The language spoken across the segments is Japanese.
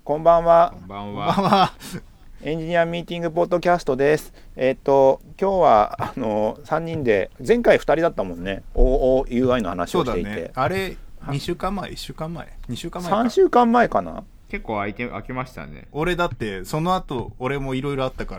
こんばんは。 こんばんこんばんは。 は。 エンジニアミーティングポッドキャストです。今日は3人で、前回2人だったもんね。OOUI の話そうだをしていて。 ね。あれ、2週間前、1週間前、2週間前か。 3週間前かな。 結構空きましたね。 俺だって、その後、俺もいろいろあったから。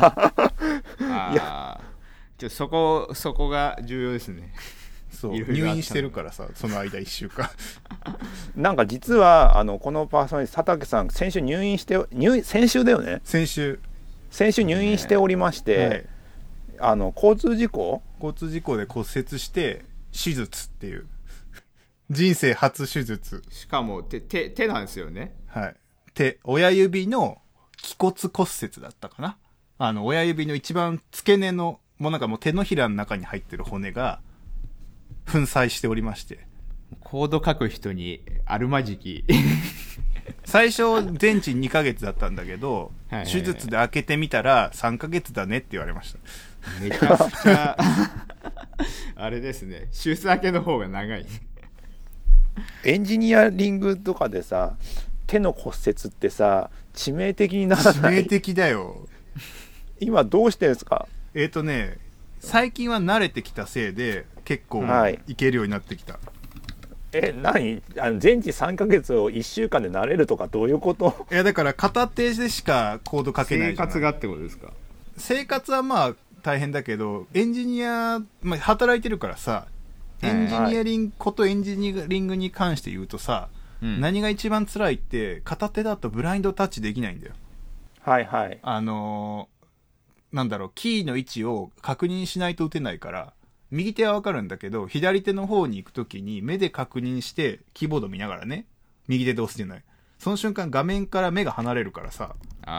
そこが重要ですね。 そう、 いろいろあったの入院してるからさ、その間1週間。 なんか実はこのパーソナリティ佐竹さん先週先週だよね。 先週入院しておりまして、はい、交通事故で骨折して手術っていう人生初手術。 しかも手なんですよね。 はい。親指の腓骨骨折だったかな。親指の一番付け根のもうなんかもう手のひらの中に入ってる骨が粉砕しておりまして。 コード書く人にあるまじき最初全治2ヶ月だったんだけど、はいはいはい、手術で開けてみたら3ヶ月だねって言われました。 めちゃくちゃあれですね、手術明けの方が長い。 エンジニアリングとかでさ、手の骨折ってさ致命的にならない？ 致命的だよ。 今どうしてるんですか？ 最近は慣れてきたせいで結構いけるようになってきた。 何？全治3ヶ月を1週間で慣れるとかどういうこと？ いやだから片手でしかコード書けないじゃない。 生活がってことですか？ 生活はまあ大変だけど、エンジニア、働いてるからさ、エンジニアリングことエンジニアリングに関して言うとさ、何が一番辛いって片手だとブラインドタッチできないんだよ。 はいはい。 なんだろう、キーの位置を確認しないと打てないから、右手はわかるんだけど、左手の方に行くときに目で確認してキーボード見ながらね、右手で押すじゃない。その瞬間画面から目が離れるからさ、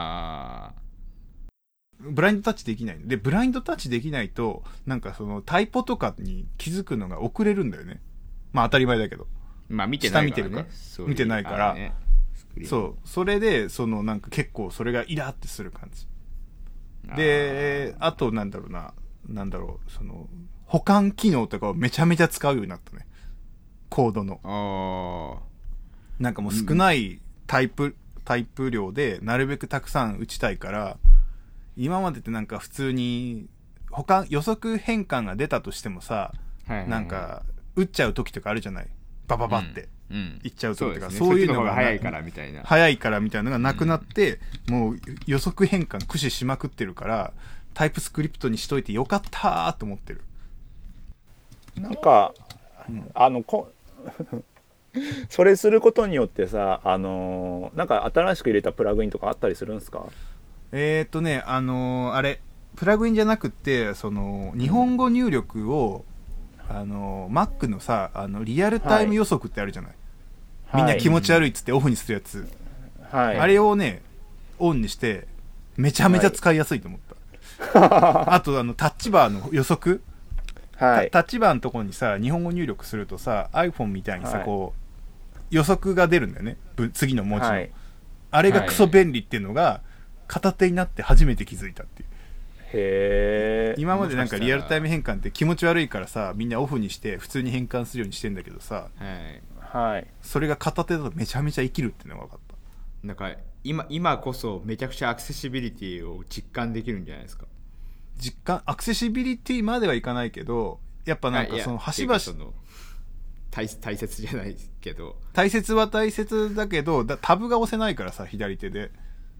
ブラインドタッチできない。で、ブラインドタッチできないと、なんかそのタイポとかに気づくのが遅れるんだよね。まあ当たり前だけど。 まあ見てないからね。 下見てるから。見てないから。そう。それで、なんか結構それがイラってする感じ。で、あと保管機能とかをめちゃめちゃ使うようになったね。コードの。なんかもう少ないタイプ量でなるべくたくさん打ちたいから、今までってなんか普通に予測変換が出たとしてもさ、なんか打っちゃう時とかあるじゃない。バババっていっちゃう時とか、そういうのが早いからみたいなのがなくなって、もう予測変換駆使しまくってるから、タイプスクリプトにしといてよかったーと思ってる。 なんか、それすることによってさ、なんか新しく入れたプラグインとかあったりするんですか？ あれプラグインじゃなくて、日本語入力をMac のさ、リアルタイム予測ってあるじゃない、みんな気持ち悪いっつってオフにするやつ、あれをねオンにしてめちゃめちゃ使いやすいと思った、あとタッチバーの予測、タッチバーのところにさ日本語入力するとさ iPhone みたいにさ、こう予測が出るんだよね、次の文字の、あれがクソ便利っていうのが片手になって初めて気づいたっていう。今までなんかリアルタイム変換って気持ち悪いからさ、みんなオフにして普通に変換するようにしてんだけどさ、それが片手だとめちゃめちゃ生きるっていうのが分かった。 なんか今こそめちゃくちゃアクセシビリティを実感できるんじゃないですか。 アクセシビリティまではいかないけど、やっぱなんかその端々 大切じゃないけど、 大切は大切だけど、タブが押せないからさ、左手で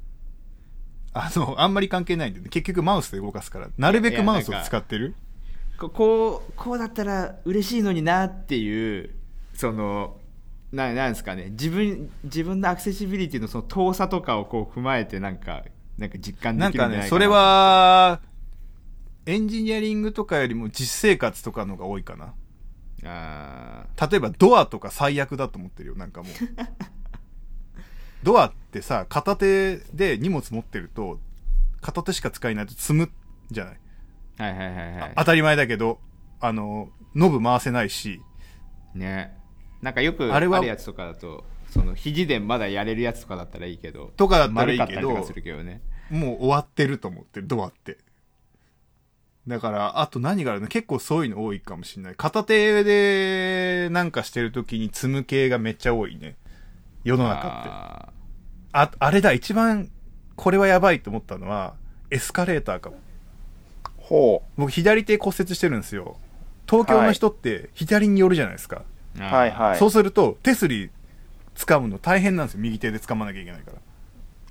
あんまり関係ないんだよね。結局マウスで動かすから、なるべくマウスを使ってる。 こうだったら嬉しいのになっていう、なんですかね、自分のアクセシビリティのその遠さとかをこう踏まえてなんか実感できるんじゃないかな。 なんかね、それはエンジニアリングとかよりも実生活とかのが多いかな。例えばドアとか最悪だと思ってるよ。なんかもうドアってさ、片手で荷物持ってると片手しか使えないと積むじゃない。当たり前だけど、ノブ回せないしね。なんかよくあるやつとかだと、肘でまだやれるやつとかだったらいいけど、 とかだったらいいけど、 丸かったりとかするけどね、 もう終わってると思ってる、ドアって。だからあと何があるの、結構そういうの多いかもしれない。片手でなんかしてる時に積む系がめっちゃ多いね、世の中って。 あれだ、一番これはやばいと思ったのはエスカレーターかも。 ほ僕左手骨折してるんですよ。東京の人って左に寄るじゃないですか、 う。はいはい。 そうすると手すり掴むの大変なんですよ。右手で掴まなきゃいけないから。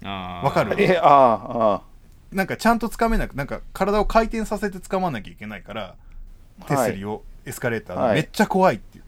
わかる？なんかちゃんと掴めなく、なんか体を回転させて掴まなきゃいけないから、手すりを、エスカレーター、めっちゃ怖いっていう。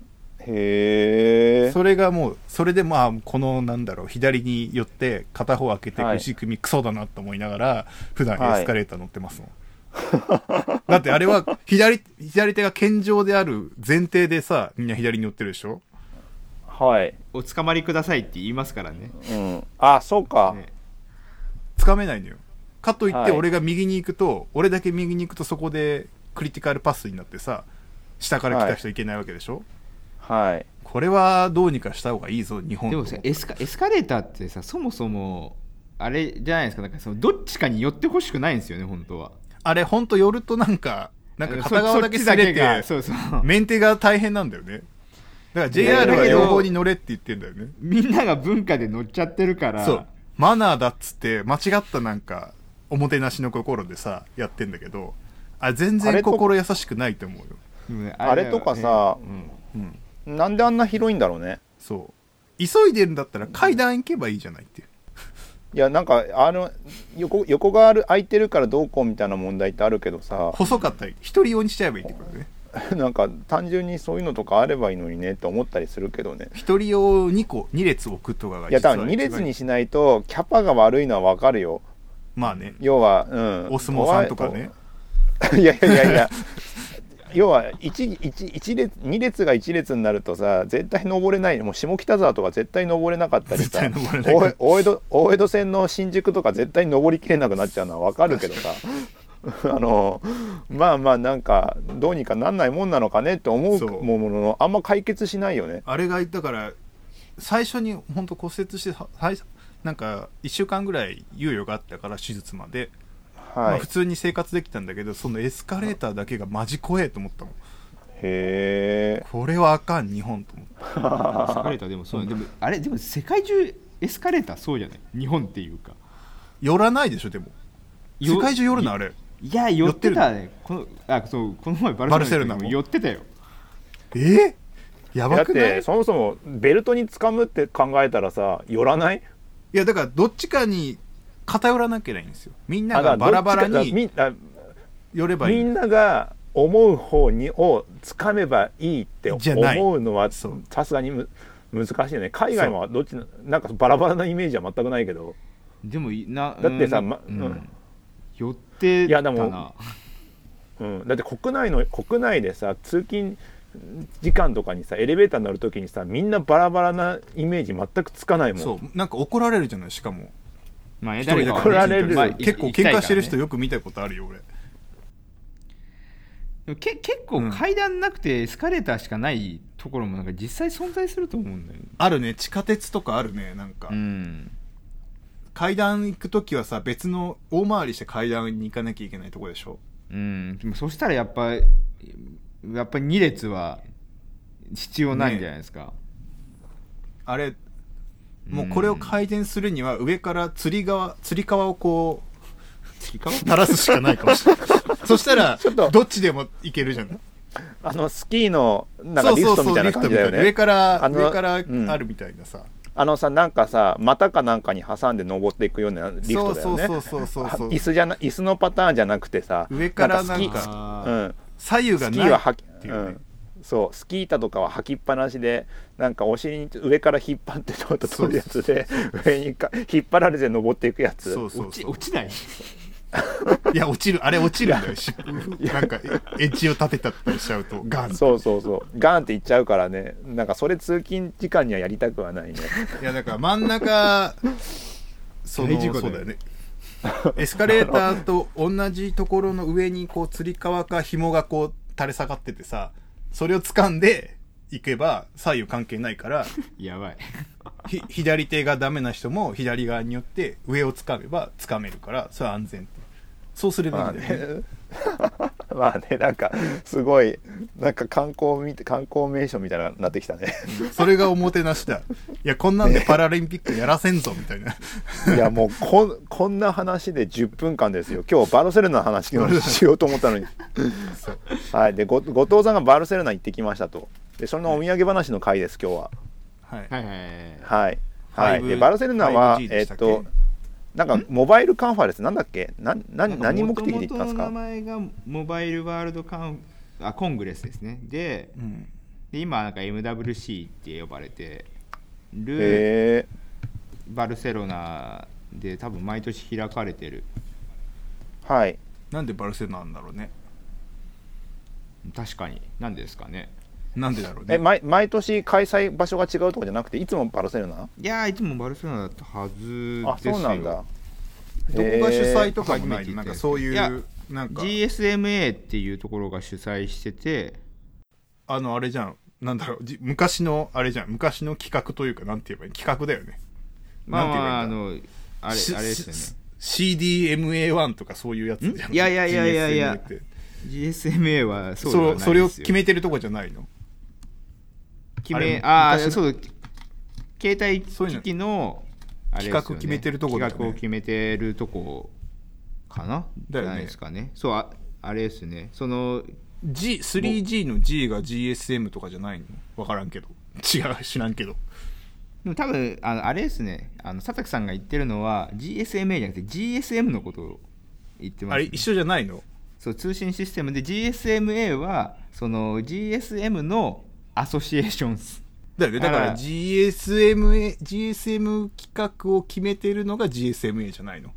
へえ。 それがもう、それでまあこのなんだろう、左に寄って片方開けていく仕組み、クソだなと思いながら普段エスカレーター乗ってますもん。だってあれは左手が健常である前提でさ、みんな左に寄ってるでしょ。 はい。 お捕まりくださいって言いますからね。 うん。あ、そうか。 ね、 掴めないのよ。かといって俺が右に行くと、俺だけ右に行くとそこでクリティカルパスになってさ、下から来た人いけないわけでしょ。 はい。 これはどうにかした方がいいぞ、日本と。 でもさ、エスカレーターってさ、そもそもあれじゃないですか、なんかそのどっちかに寄ってほしくないんですよね、本当は。 あれ本当寄るとなんか片側だけすれて、 そうそう、 メンテが大変なんだよね。だから JR は両方に乗れって言ってんだよね。 みんなが文化で乗っちゃってるから。 そう、マナーだっつって間違ったなんかおもてなしの心でさやってんだけど、あれ全然心優しくないと思うよ。 でもね、 あれとかさ、なんであんな広いんだろうね。 そう急いでるんだったら階段行けばいいじゃないっていう。 いや、なんか横が空いてるからどうこうみたいな問題ってあるけどさ、 細かったり一人用にしちゃえばいいってことね。 なんか単純にそういうのとかあればいいのにねって思ったりするけどね。 一人用2列置くとかが、 いや、多分2列にしないとキャパが悪いのは分かるよ。 まあね、 要は、 お相撲さんとかね。 いや要は2列が1列になるとさ、絶対登れない。もう下北沢とか絶対登れなかったりさ、大江戸線の新宿とか絶対登りきれなくなっちゃうのは分かるけどさまあまあ、なんかどうにかなんないもんなのかねって思うものの、あんま解決しないよね。 あれがだから最初に本当骨折してなんか1週間ぐらい猶予があったから、手術まで、まあ、普通に生活できたんだけど、そのエスカレーターだけがマジ怖えと思ったもん。 へえ、 これはあかん日本と思った。 エスカレーターでもそう、でもあれでも世界中エスカレーターそうじゃない？日本っていうか寄らないでしょ。でも世界中寄るのあれ。 いや、寄ってたね。この前バルセロナも寄ってたよ。 やばくない？ だってそもそもベルトに掴むって考えたらさ、寄らない？ いやだからどっちかに偏らなきゃいけないんですよ。みんながバラバラに寄ればいい。 みんなが思う方を掴めばいいって思うのはさすがに難しいよね。海外もどっちなんかバラバラなイメージは全くないけど。 でもだってさ、 寄ってたな。 だって国内でさ、通勤時間とかにさ、エレベーターに乗るときにさ、みんなバラバラなイメージ全くつかないもん。 そうなんか怒られるじゃない。しかもまあ、 誰か怒られる、 結構喧嘩してる人よく見たことあるよ俺。 でも結構階段なくてエスカレーターしかないところもなんか実際存在すると思うんだよね。 あるね、地下鉄とかあるね。なんか、階段行くときはさ、別の大回りして階段に行かなきゃいけないとこでしょ。 でもそしたらやっぱり2列は必要ないんじゃないですか、ね、 あれもうこれを改善するには上からつり革をこう垂らすしかないかもしれないそしたらどっちでもいけるじゃん。 スキーのなんかリフトみたいな感じだよね。 上からあるみたいなさ、 なんかさ、股かなんかに挟んで登っていくようなリフトだよね。椅子のパターンじゃなくてさ、 上からなんか左右がないっていうね。 そう、スキー板とかは履きっぱなしで、なんかお尻に上から引っ張って取るやつで、上に引っ張られて登っていくやつ。 落ちないいや、落ちるんだよ。なんかエッジを立てたりしちゃうとガン。 そうガンっていっちゃうからね。なんかそれ通勤時間にはやりたくはないね。 いやだから真ん中そうだよね。エスカレーターと同じところの上にこうつり革か紐がこう垂れ下がっててさ、それを掴んでいけば左右関係ないからやばい左手がダメな人も左側によって上を掴めば掴めるから、それは安全。そうすればいいんだよね。 まあね、なんかすごいなんか観光名所みたいになってきたね。 それがおもてなしだ。いやこんなんでパラリンピックやらせんぞみたいな。 いやもうこんな話で10分間ですよ。今日バルセロナの話しようと思ったのにはい。で後藤さんがバルセロナ行ってきましたと。でそのお土産話の回です今日は。 はいはいはいはい。でバルセロナはなんかモバイルカンファレンスなんだっけ、何目的で行ったんですか。 元々の名前がモバイルワールドコングレスですね。で、で今なんか MWC って呼ばれてるバルセロナで多分毎年開かれてる。 はい。 なんでバルセロナなんだろうね。 確かになんでですかね。 なんでだろうね。 毎年開催場所が違うとかじゃなくていつもバルセロナ？ いやいつもバルセロナだったはずですよ。 あ、そうなんだ。 どこが主催とかもないの？なんかそういうなんか GSMA っていうところが主催してて、 あれじゃん、なんだろう、昔のあれじゃん、昔の企画というかなんて言えばいい、企画だよね。 まああれですよね。 CDMA1 とかそういうやつじゃん。 いや GSMA はそうではないですよ。 それを決めてるとこじゃないの？ そう携帯機器のあれですよね、 企画決めてるとこだよね。 企画を決めてるとこかなだよね。 じゃないですかね。そうあれですね。その 3G の G が GSM とかじゃないの？分からんけど。知らんけど。 でも多分あれですね。佐竹さんが言ってるのは GSMA じゃなくて GSM のことを言ってます、ね。 あれ一緒じゃないの？ そう通信システムで GSMA はその GSM のアソシエーションスだよね。だから GSM 企画を決めてるのが GSMA じゃないの？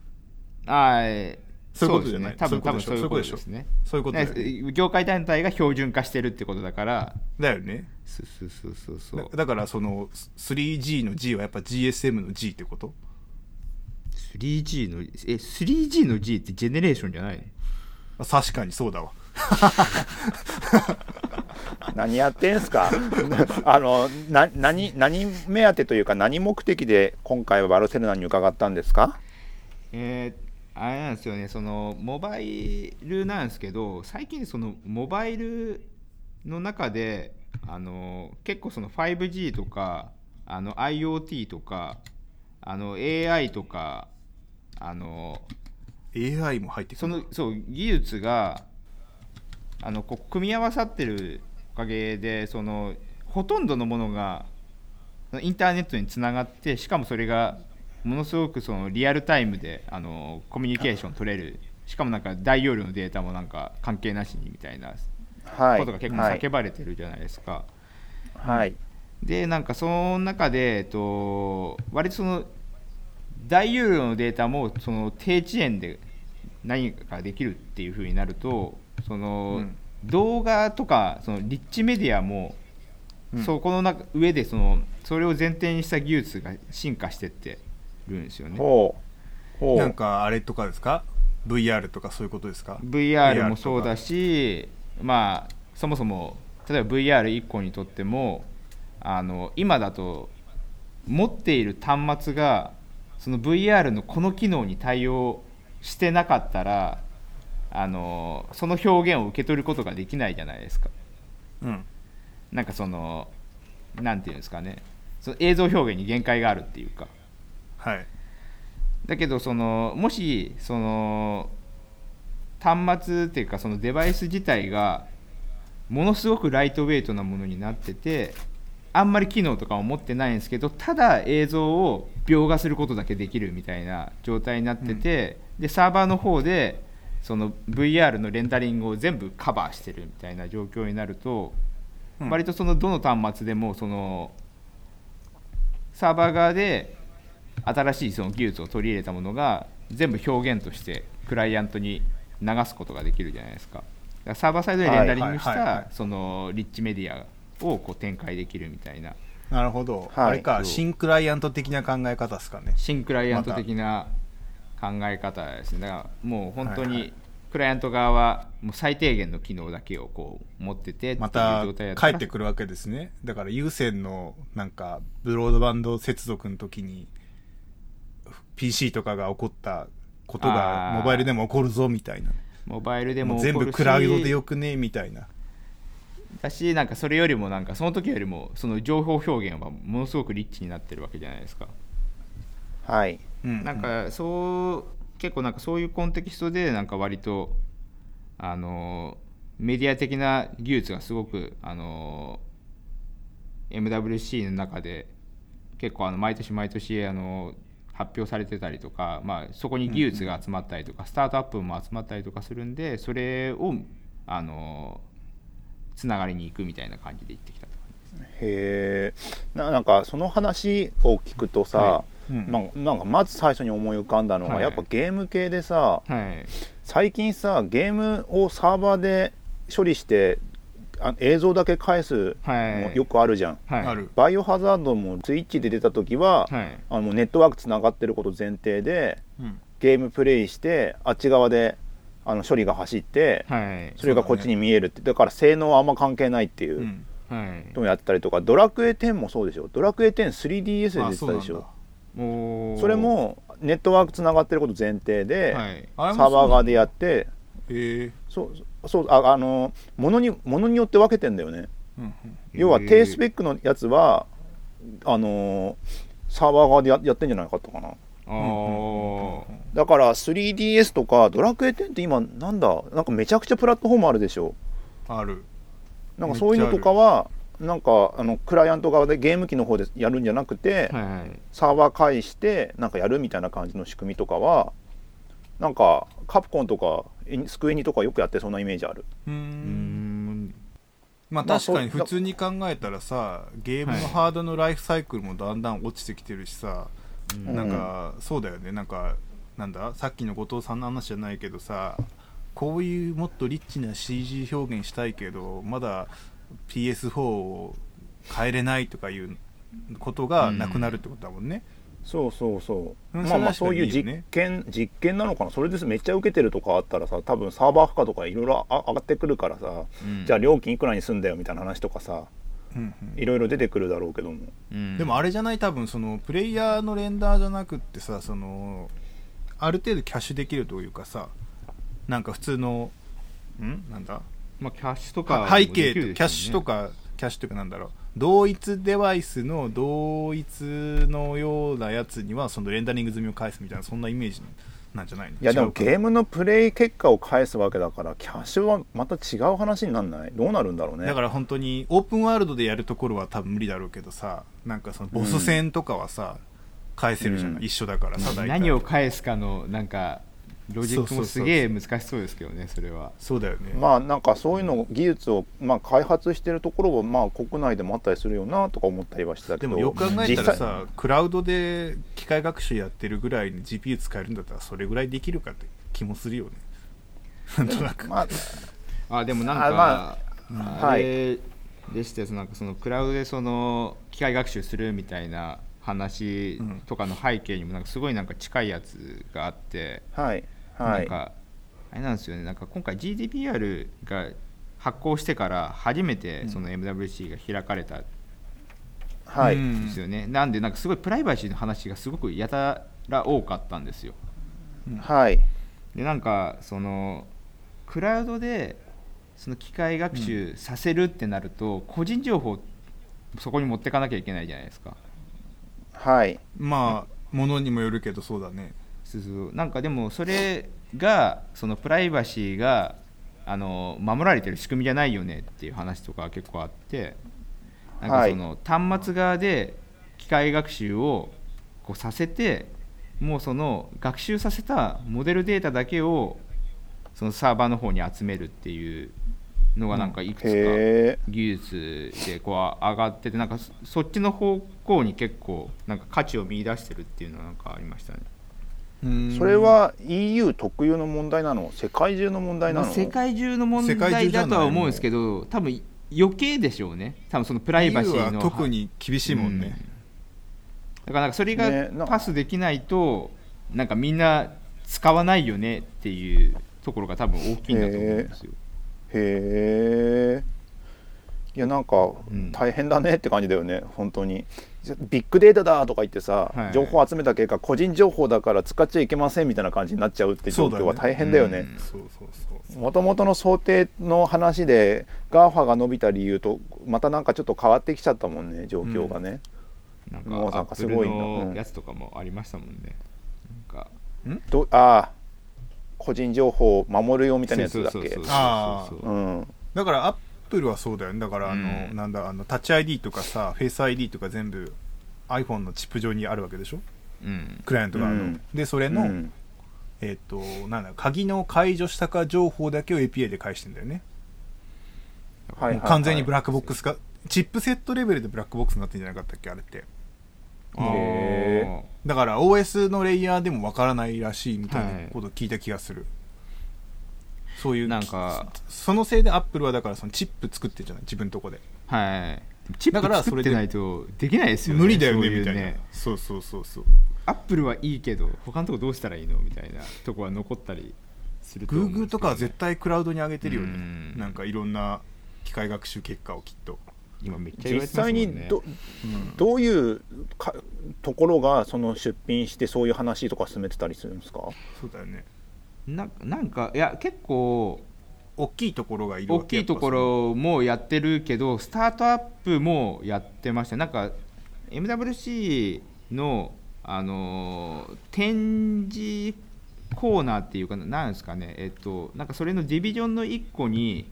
そういうことじゃない。 多分そういうことですね。 そういうことだよね。 業界団体が標準化してるってことだからだよね。 そうだからその 3G の G はやっぱ GSM の G ってこと？ 3G の G ってジェネレーションじゃないの？ 確かにそうだわ。 何やってんすか。何目当てというか何目的で今回はバルセロナに伺ったんですか？ あれなんですよね。そのモバイルなんですけど、最近そのモバイルの中で結構その 5G とかIoT とかAI とか AI も入ってくる。 そう技術が組み合わさってるおかげでほとんどのものがインターネットにつながって、しかもそれがものすごくリアルタイムでコミュニケーション取れる。しかもなんか大容量のデータもなんか関係なしにみたいなことが結構叫ばれてるじゃないですか。 はい。 でなんかその中で割と大容量のデータも低遅延で何かできるっていう風になると動画とかリッチメディアもそこの上でそれを前提にした技術が進化してってるんですよね。 なんかあれとかですか？ VR とかそういうことですか？ VR もそうだし、まあそもそも例えば VR1 個にとっても今だと持っている端末がその VR のこの機能に対応してなかったらその表現を受け取ることができないじゃないですか。なんかなんていうんですかね、映像表現に限界があるっていうか。 はい。 だけどもし端末っていうかデバイス自体がものすごくライトウェイトなものになってて、あんまり機能とかも持ってないんですけど、ただ映像を描画することだけできるみたいな状態になってて、でサーバーの方でVR のレンダリングを全部カバーしてるみたいな状況になると、割とどの端末でもサーバー側で新しい技術を取り入れたものが全部表現としてクライアントに流すことができるじゃないですか。だからサーバーサイドでレンダリングしたリッチメディアを展開できるみたいな。 なるほど、あれか、新クライアント的な考え方ですかね。 新クライアント的な考え方ですね。だからもう本当にクライアント側はもう最低限の機能だけを持っててまた帰ってくるわけですね。だから有線のなんかブロードバンド接続の時に PC とかが起こったことがモバイルでも起こるぞみたいな。 モバイルでももう全部クラウドでよくねみたいなだし、なんかそれよりもなんかその時よりもその情報表現はものすごくリッチになってるわけじゃないですか。 はい、 なんか結構なんかそういうコンテキストでなんか割とメディア的な技術がすごくMWC の中で結構毎年毎年発表されてたりとか、まあ、そこに技術が集まったりとか、スタートアップも集まったりとかするんで、それをつながりに行くみたいな感じで行ってきたと。 へえ。なんかその話を聞くとさ、なんかまず最初に思い浮かんだのが、やっぱゲーム系でさ、最近さゲームをサーバーで処理して映像だけ返すのよくあるじゃん、バイオハザードもスイッチで出た時は、ネットワークつながってること前提で、ゲームプレイしてあっち側で処理が走って、それがこっちに見えるって、だから性能はあんま関係ないっていうのをやったりとか、ドラクエ10もそうでしょ。ドラクエ 10 3DS で出てたでしょ。それもネットワークつながってること前提で、サーバー側でやって、ものによって分けてんだよね、要は低スペックのやつはサーバー側で やってんじゃないかったかな。だから 3DS とかドラクエ10って今なんかめちゃくちゃプラットフォームあるでしょ。 ある。 なんかそういうのとかはなんかクライアント側でゲーム機の方でやるんじゃなくて、サーバー介してなんかやるみたいな感じの仕組みとかはなんかカプコンとかスクエニとかよくやってそうなイメージある。 まあ確かに普通に考えたらさ、ゲームのハードのライフサイクルもだんだん落ちてきてるしさ、なんかそうだよね。なんかなんださっきの後藤さんの話じゃないけどさ、こういうもっとリッチな CG 表現したいけどまだ PS4 を変えれないとかいうことがなくなるってことだもんね。 そうまあそういう実験なのかな。それですめっちゃ受けてるとかあったらさ、多分サーバー負荷とかいろいろ上がってくるからさ、じゃあ料金いくらにすんだよみたいな話とかさ、いろいろ出てくるだろうけども、 でもあれじゃない、多分そのプレイヤーのレンダーじゃなくってさ、そのある程度キャッシュできるというかさ、なんか普通のなんだ、 まあキャッシュとか背景とキャッシュとかなんだろう、同一デバイスの同一のようなやつにはそのレンダリング済みを返すみたいな、そんなイメージなんじゃないの。 いやでもゲームのプレイ結果を返すわけだからキャッシュはまた違う話にならない？どうなるんだろうね。 だから本当にオープンワールドでやるところは多分無理だろうけどさ、なんかそのボス戦とかはさ、返せるじゃない、一緒だからさ、 何を返すかのなんかロジックもすげえ難しそうですけどね。それはそうだよね。 まあなんかそういうの技術を開発してるところはまあ国内でもあったりするよなとか思ったりはしてたけど、 でもよく考えたらさ、クラウドで機械学習やってるぐらいに GPU 使えるんだったらそれぐらいできるかって気もするよね。なんとなく。 でもなんかあれでして、なんかそのクラウドでその機械学習するみたいな話とかの背景にもなんかすごいなんか近いやつがあって、なんかあれなんですよね。なんか今回 GDPR が発行してから初めてその MWC が開かれたんですよね。なんでなんかすごいプライバシーの話がすごくやたら多かったんですよ。でなんかそのクラウドでその機械学習させるってなると、個人情報そこに持ってかなきゃいけないじゃないですか。 まあものにもよるけどそうだね。 なんかでもそれがそのプライバシーが守られてる仕組みじゃないよねっていう話とか結構あって、なんかその端末側で機械学習をこうさせて、もうその学習させたモデルデータだけをそのサーバーの方に集めるっていうのがなんかいくつか技術でこう上がってて、なんかそっちの方向に結構なんか価値を見出してるっていうのはなんかありましたね。 それは EU 特有の問題なの？世界中の問題なの？ 世界中の問題だとは思うんですけど、多分余計でしょうね。多分そのプライバシーの EU は特に厳しいもんね。 だからなんかそれがパスできないとなんかみんな使わないよねっていうところが多分大きいんだと思うんですよ。 いやなんか大変だねって感じだよね、本当に。 ビッグデータだとか言ってさ、 はい、 情報集めた結果個人情報だから使っちゃいけませんみたいな感じになっちゃうって状況は大変だよね。もともとの想定の話で GAFA が伸びた理由とまたなんかちょっと変わってきちゃったもんね、状況がね、 なんかアップルのやつとかもありましたもんね。 なんか個人情報を守るよみたいなやつだっけ。 だからアップルはそうだよね。だからなんだタッチ ID とかさフェイス ID とか全部 iPhone のチップ上にあるわけでしょ、クライアント側の、でそれの、なんだ鍵の解除したか情報だけを API で返してんだよね。もう完全にブラックボックスか、チップセットレベルでブラックボックスになってんじゃなかったっけあれって。だから OS のレイヤーでもわからないらしいみたいなことを聞いた気がする、そういうなんかそのせいでアップルはだからそのチップ作ってるじゃない自分のとこで。 チップ作ってないとできないですよね。 無理だよねみたいな。そうアップルはいいけど他のとこどうしたらいいのみたいなとこは残ったりすると思うんですけど、ね、 Google とかは絶対クラウドに上げてるよね。なんかいろんな機械学習結果をきっと今めっちゃ言われてますもんね。 実際にどういうところがその出品してそういう話とか進めてたりするんですか。 そうだよね。 なんかいや結構大きいところがいるわけ。 大きいところもやってるけどスタートアップもやってました。なんか MWC の展示コーナーっていうかなんですかね、なんかそれのディビジョンの1個に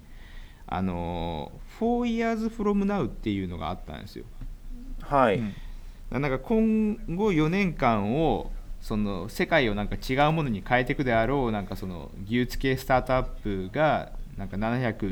4 years from now っていうのがあったんですよ。 はい、 なんか今後4年間をその世界をなんか違うものに変えていくであろうなんかその技術系スタートアップがなんか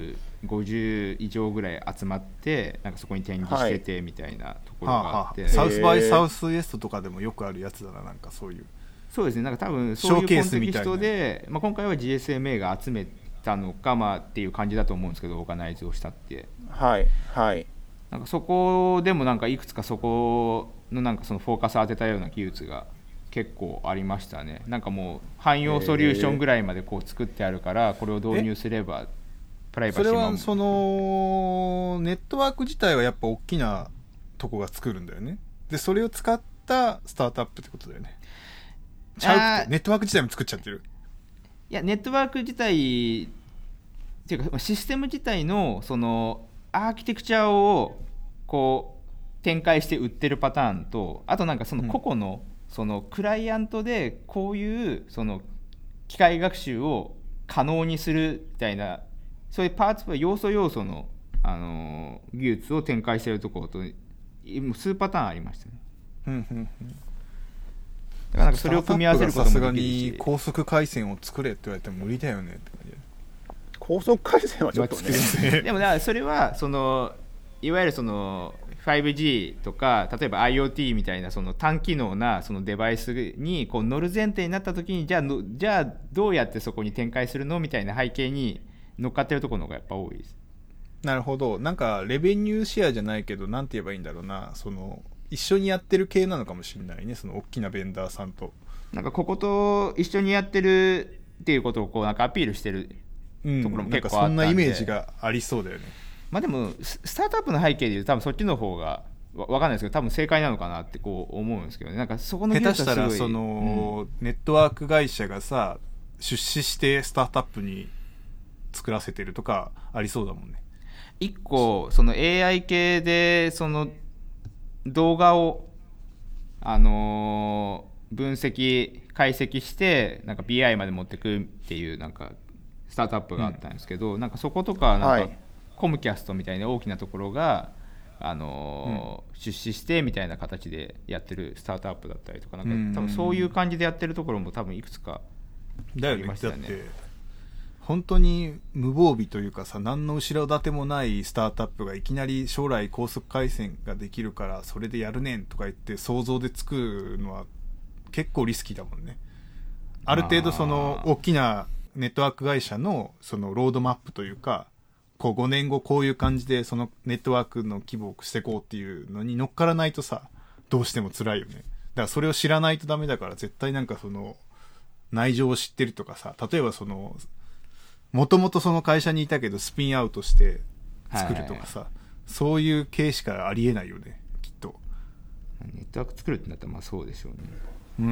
750以上ぐらい集まってなんかそこに展示しててみたいなところがあって、 サウスバイサウスエストとかでもよくあるやつだな。なんかそうですね。なんか多分そういうコンテキストで、今回は GSMA が集めたのかっていう感じだと思うんですけど、オーガナイズをしたってなんかそこでもなんかいくつかそこのなんかそのフォーカス当てたような技術が結構ありましたね。なんかもう汎用ソリューションぐらいまでこう作ってあるからこれを導入すればプライバシーも。 それはそのネットワーク自体はやっぱ大きなとこが作るんだよね。でそれを使ったスタートアップってことだよね。ちゃうってネットワーク自体も作っちゃってる。 いやネットワーク自体っていうかシステム自体のそのアーキテクチャをこう展開して売ってるパターンと、あとなんかその個々のそのクライアントでこういうその機械学習を可能にするみたいなそういうパーツ要素の、技術を展開しているところと数パターンありましたね。だからなんかそれを組み合わせることもできるし。さすがに高速回線を作れって言われても無理だよねって感じ。 高速回線はちょっとねでもだからそれはそのいわゆるその 5G とか例えば IoT みたいなその単機能なそのデバイスにこう乗る前提になった時にじゃあどうやってそこに展開するのみたいな背景に乗っかってるところの方がやっぱ多いです。 なるほど。なんかレベニューシェアじゃないけどなんて言えばいいんだろうな、その一緒にやってる系なのかもしれないね、その大きなベンダーさんと。 なんかここと一緒にやってるっていうことをこうなんかアピールしてるところも結構あったんで、 なんかそんなイメージがありそうだよね。 まあでもスタートアップの背景でいうと多分そっちの方が分かんないですけど多分正解なのかなってこう思うんですけどね。なんかそこの技術はすごい下手したらその、ネットワーク会社がさ出資してスタートアップに作らせてるとかありそうだもんね。 一個その AI 系でその動画を分析解析してなんか BI まで持ってくっていうなんかスタートアップがあったんですけど、なんかそことかなんかコムキャストみたいな大きなところが出資してみたいな形でやってるスタートアップだったりとか、なんか多分そういう感じでやってるところも多分いくつかありましたよね。 だって本当に無防備というかさ、何の後ろ盾もないスタートアップがいきなり将来高速回線ができるからそれでやるねんとか言って想像で作るのは結構リスキーだもんね。ある程度その大きなネットワーク会社のそのロードマップというか、こう5年後こういう感じでそのネットワークの規模をしていこうっていうのに乗っからないとさ、どうしても辛いよね。だからそれを知らないとダメだから、絶対なんかその内情を知ってるとかさ、例えばそのもともとその会社にいたけどスピンアウトして作るとかさ、そういう系しかありえないよねきっと。 ネットワーク作るってなったらまあそうでしょうね。 うん、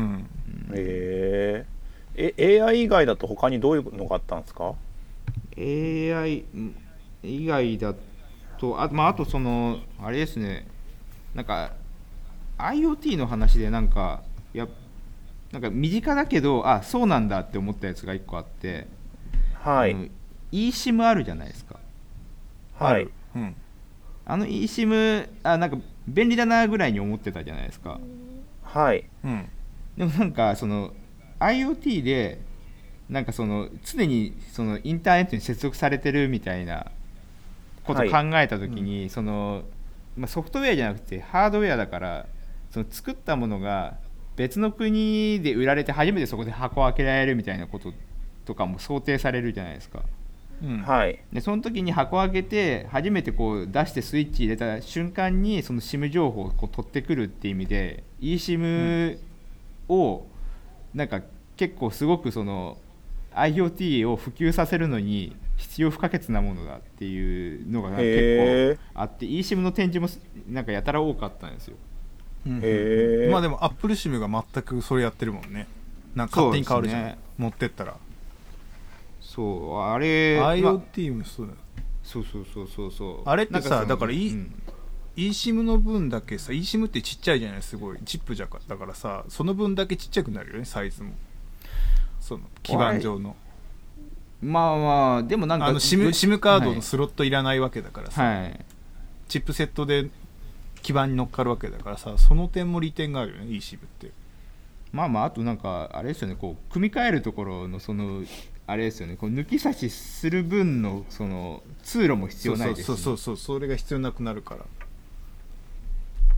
AI 以外だと他にどういうのがあったんですか？ AI 以外だとあとそのあれですね、なんか IoT の話でなんか身近だけどそうなんだって思ったやつが1個あって、 はい、 eSIM あるじゃないですか。 はい、 うん、 eSIM なんか便利だなぐらいに思ってたじゃないですか。 はい、 うん、 でもなんかその IoT でなんかその常にそのインターネットに接続されてるみたいなことを考えたときに、そのソフトウェアじゃなくてハードウェアだから、その作ったものが別の国で売られて初めてそこで箱を開けられるみたいなこととかも想定されるじゃないですか。 はい、 でその時に箱を開けて初めてこう出してスイッチ入れた瞬間にその SIM 情報をこう取ってくるっていう意味で eSIM をなんか結構すごくその IoT を普及させるのに必要不可欠なものだっていうのが結構あって eSIM の展示もなんかやたら多かったんですよ。 まあでも Apple SIM が全くそれやってるもんね。なんか勝手に変わるじゃん、ね、持ってったら。 そうあれ IoT もそうだ、 そうあれってさだから、eSIM の分だけさ eSIM ってちっちゃいじゃない、すごいチップだからさ、その分だけちっちゃくなるよね、サイズもその基板上の。 まあでもなんか SIM カードのスロットいらないわけだからさ、 はい、 チップセットで基板に乗っかるわけだからさ、その点も利点があるよね eSIM って。 あとなんかあれですよね、こう組み替えるところのそのあれですよね、こう抜き差しする分のその通路も必要ないですね。 そうそれが必要なくなるから。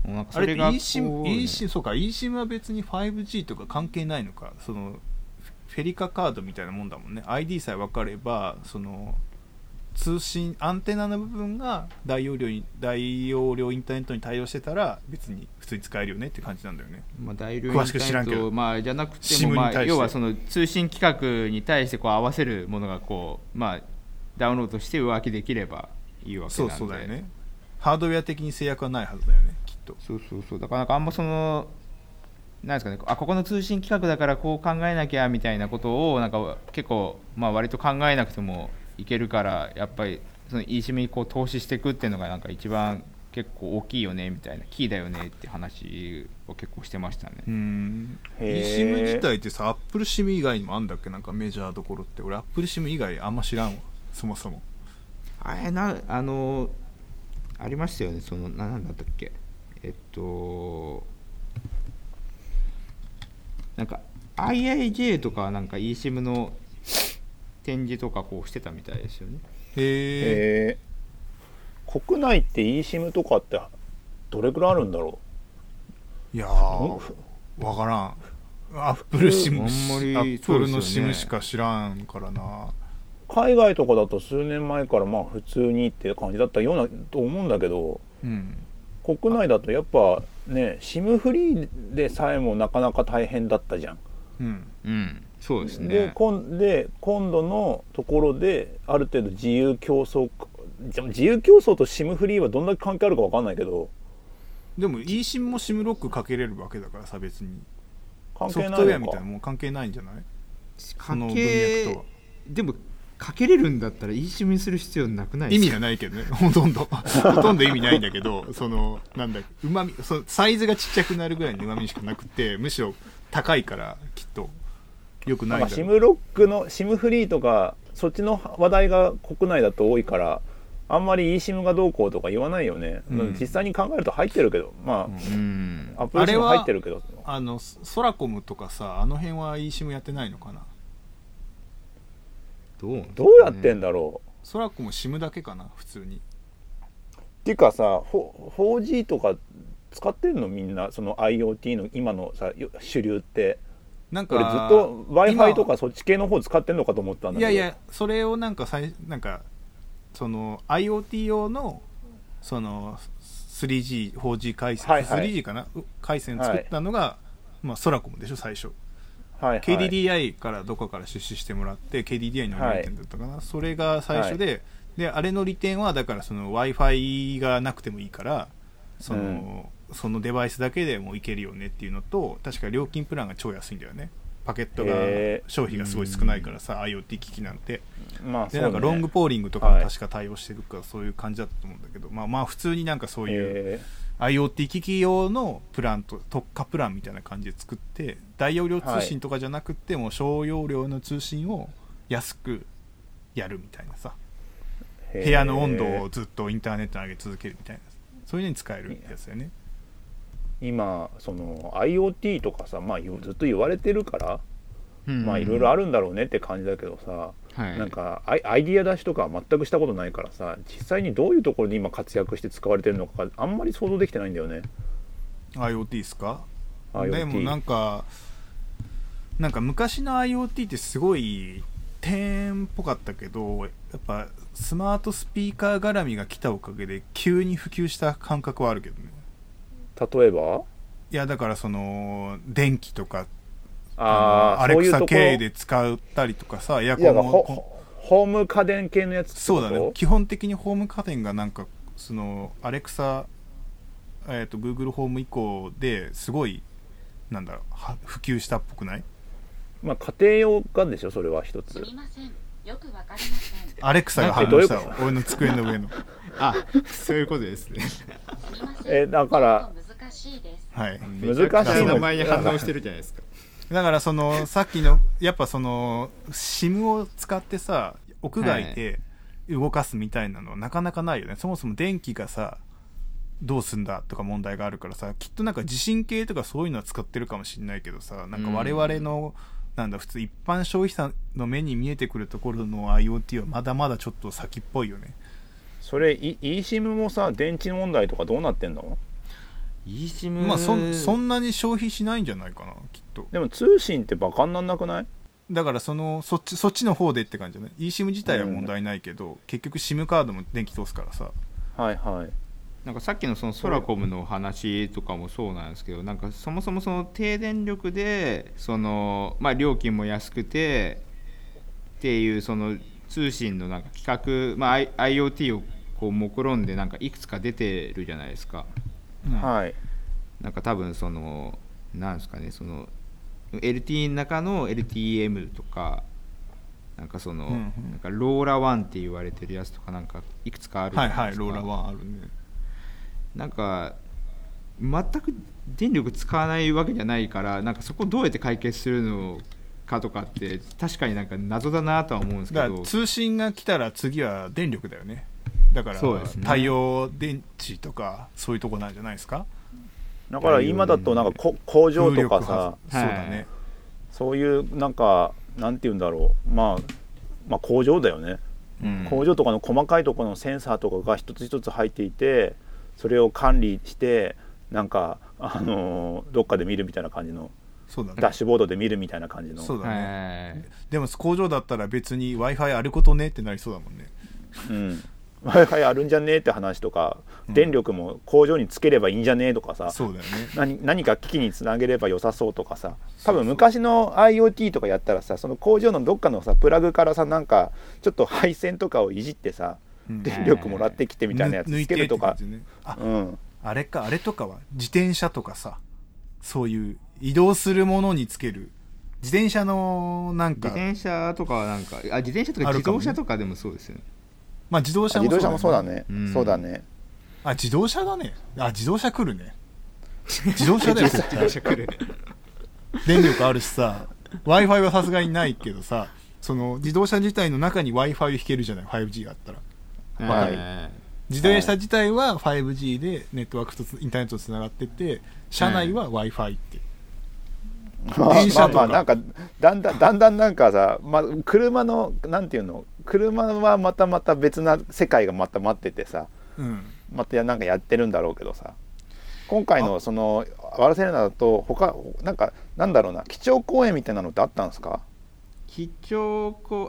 なんかそれが eSIM そうか eSIM は別に 5G とか関係ないのか。そのフェリカカードみたいなもんだもんね。 ID さえ分かればその通信アンテナの部分が大容量インターネットに対応してたら別に普通に使えるよねって感じなんだよね。 大容量インターネットじゃなくても、要はその通信規格に対してこう合わせるものがこう、ダウンロードして上書きできればいいわけなんで。 そうだよね。ハードウェア的に制約はないはずだよね、きっと。 そうだからなんかあんまそのなんですかね、ここの通信規格だからこう考えなきゃみたいなことをなんか結構割と考えなくてもいけるから、やっぱりその eSIM にこう投資していくっていうのがなんか一番結構大きいよねみたいな、キーだよねって話を結構してましたね。 eSIM 自体ってさ Apple SIM 以外にもあんだっけ、なんかメジャーどころって。俺 Apple SIM 以外あんま知らんわ、そもそも。 ありましたよね、そのなんだったっけ、なんか IIJ とかなんか eSIM の展示とかこうしてたみたいですよね。 へえ。国内って eSIM とかってどれくらいあるんだろう。いやー分からん。Apple SIM Apple の SIM しか知らんからな。 海外とかだと数年前から普通にって感じだったようなと思うんだけど、国内だとやっぱね SIM フリーでさえもなかなか大変だったじゃん。 そうですね。 で今度のところである程度自由競争と SIM フリーはどんだけ関係あるか分かんないけど、 でも eSIM も SIM ロックかけれるわけだからさ、別に関係ないのか。 ソフトウェアみたいなもん関係ないんじゃない？その文脈とは。 でもかけれるんだったら eSIM にする必要なくないですか？ 意味がないけどね、ほとんど意味ないんだけど、そのなんだうまみ、そのサイズがちっちゃくなるぐらいのうまみしかなくて、むしろ高いからきっと良くないんだろう。 SIM ロックの SIM フリーとかそっちの話題が国内だと多いから、あんまり eSIM がどうこうとか言わないよね。実際に考えると入ってるけど、アップル SIM 入ってるけど、 ソラコムとかさ、あの辺は eSIM やってないのかな。 どうやってんだろう。 ソラコム SIM だけかな普通に。 っていうかさ 4G とか使ってるのみんな、その IoT の今のさ主流って。 なんか俺ずっと Wi-Fi とかそっち系の方使ってんのかと思ったんだけど。 いやそれをなんかその IoT 用のその 3G、4G 回線、3G かな回線作ったのが、ソラコムでしょ最初。KDDI からどこから出資してもらって KDDI の利点だったかな、それが最初で、あれの利点はだからその Wi-Fi がなくてもいいから、そのそのデバイスだけでもいけるよねっていうのと、確か料金プランが超安いんだよね。パケットが消費がすごい少ないからさ、IoT 機器なんて、 まあでなんかロングポーリングとかも確か対応してるから、そういう感じだったと思うんだけど、まあ普通になんかそういう IoT 機器用のプランと特化プランみたいな感じで作って、大容量通信とかじゃなくても小容量の通信を安くやるみたいなさ、部屋の温度をずっとインターネットに上げ続けるみたいな、そういうのに使えるやつだよね。 今その IoT とかさ、まあ、ずっと言われてるから、まあいろいろあるんだろうねって感じだけどさ、なんかアイディア出しとか全くしたことないからさ、実際にどういうところで今活躍して使われてるのかあんまり想像できてないんだよね。 IoT ですか。 IoT でもなんか昔の IoT ってすごい点っぽかったけど、やっぱスマートスピーカー絡みが来たおかげで急に普及した感覚はあるけどね。 例えばいやだからその電気とかアレクサ系で使ったりとかさ、エアコンもホーム家電系のやつってこと？ そうだね、基本的にホーム家電がなんかそのアレクサ、Google ホーム以降ですごいなんだろう普及したっぽくない？ まあ家庭用がでしょ、それは一つ。 すみません、よくわかりません。 アレクサが反応した俺の机の上のあ、そういうことですね。 すみません、 だから難しいです。 はい、 難しいの名前に反応してるじゃないですか。 だからそのさっきのやっぱその SIM を使ってさ屋外で動かすみたいなのはなかなかないよね。そもそも電気がさどうすんだとか問題があるからさ、きっとなんか地震計とかそういうのは使ってるかもしれないけどさ、なんか我々のなんだ普通一般消費者の目に見えてくるところの IoT はまだまだちょっと先っぽいよね。 それ eSIM もさ電池問題とかどうなってんの ？eSIM まあそんなに消費しないんじゃないかなきっと。 でも通信ってバカになんなくない？ だからそっちの方でって感じじゃない。 eSIM 自体は問題ないけど、結局 SIM カードも電気通すからさ。 はいはい。 なんかさっきのそのソラコムの話とかもそうなんですけど、なんかそもそもその低電力でその、まあ、料金も安くてっていうその通信のなんか企画、まあ、IoT をこう目論んでなんかいくつか出てるじゃないですか。 はい。 なんか多分そのなんですかね、その LTE の中の LTE-M とかなんかその、なんかローラ1って言われてるやつとかなんかいくつかあるじゃないですか。 はいはい、ローラ1あるね。 なんか全く電力使わないわけじゃないから、なんかそこどうやって解決するのかとかって確かになんか謎だなとは思うんですけど。 だから通信が来たら次は電力だよね。だからそうですね、 太陽電池とかそういうとこなんじゃないですか。 だから今だとなんか工場とかさ、 そうだね、 そういうなんかなんていうんだろう、まあ工場だよね、工場とかの細かいところのセンサーとかが一つ一つ入っていて、それを管理してなんかどっかで見るみたいな感じの、 そうだね、 ダッシュボードで見るみたいな感じの。 そうだね、でも工場だったら別に Wi-Fi あることねってなりそうだもんね。 Wi-Fi あるんじゃねえって話とか、電力も工場につければいいんじゃねえとかさ、 そうだよね、 何か機器につなげれば良さそうとかさ、多分昔の IoT とかやったらさ、その工場のどっかのさプラグからさ、なんかちょっと配線とかをいじってさ、電力もらってきてみたいなやつつけるとか、 あれか、あれとかは自転車とかさ、そういう移動するものにつける自転車のなんか、 自転車とかはなんか自転車とか自動車とかでもそうですよね。 まあ自動車もそうだね、そうだね。 自動車だね。自動車来るね。自動車だよ。 自動車来る。 電力あるしさ、Wi-Fi はさすがにないけどさ、その自動車自体の中に Wi-Fi を引けるじゃない、5G があったら。 はい。 自動車自体は 5G でネットワークとインターネットとつながってて、車内は Wi-Fi って。 まあなんかだんだんなんかさ、車のなんていうの、車はまた別な世界がまた待っててさ、またなんかやってるんだろうけどさ、今回のそのバルセロナだとなんかなんだろうな、基調講演みたいなのってあったんですか？ 基調講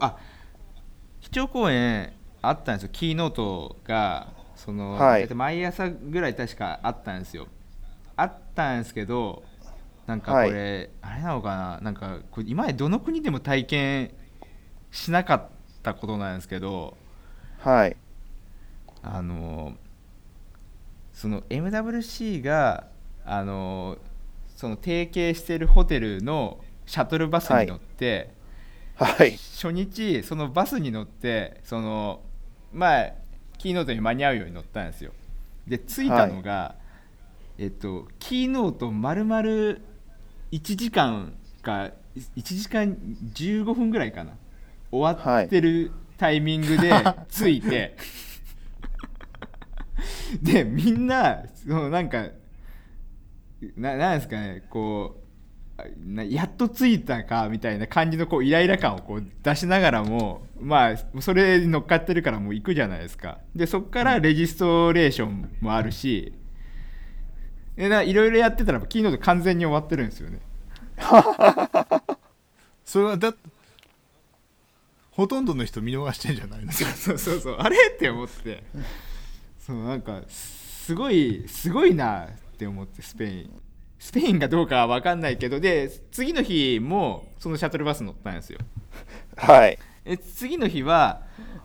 演あったんですよ。キーノートがその、毎朝ぐらい確かあったんですよ。あったんですけど、なんかこれ、あれなのかな、なんかこれ今までどの国でも体験しなかったことなんですけど、 はい、 その MWC がその提携してるホテルのシャトルバスに乗って、 はい、 初日そのバスに乗ってそのまあキーノートに間に合うように乗ったんですよ。で着いたのが、キーノート丸々1時間か1時間15分ぐらいかな終わってるタイミングで着いて、でみんなそのなんかなんですかねこうやっと着いたかみたいな感じのこうイライラ感をこう出しながらもまあそれに乗っかってるからもう行くじゃないですか。でそこからレジストレーションもあるしいろいろやってたらキーノート完全に終わってるんですよね。 それはほとんどの人見逃してんじゃないの。 そうあれって思ってそうなんかすごいなって思ってスペインかどうかは分かんないけどで次の日もそのシャトルバス乗ったんですよ。 はい次の日は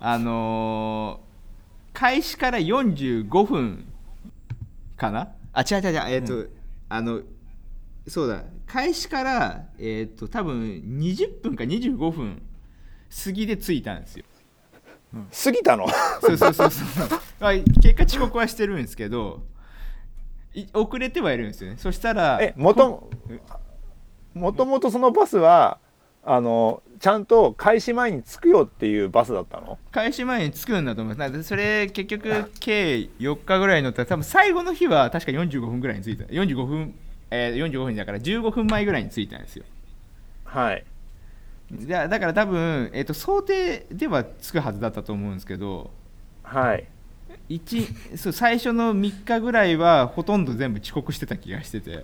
開始から45分かな違うそうだ開始から多分20分か25分過ぎで着いたんですよ。 過ぎたのそう結果遅刻はしてるんですけど遅れてはいるんですよね。そしたらもともとそのバスはちゃんと開始前に着くよっていうバスだったの？ 開始前に着くんだと思います。それ結局計4日ぐらい乗ったら多分最後の日は確か45分ぐらいに着いた45分だから15分前ぐらいに着いたんですよ。 はいだから多分、想定では着くはずだったと思うんですけど、 はい、 そう最初の3日ぐらいはほとんど全部遅刻してた気がしてて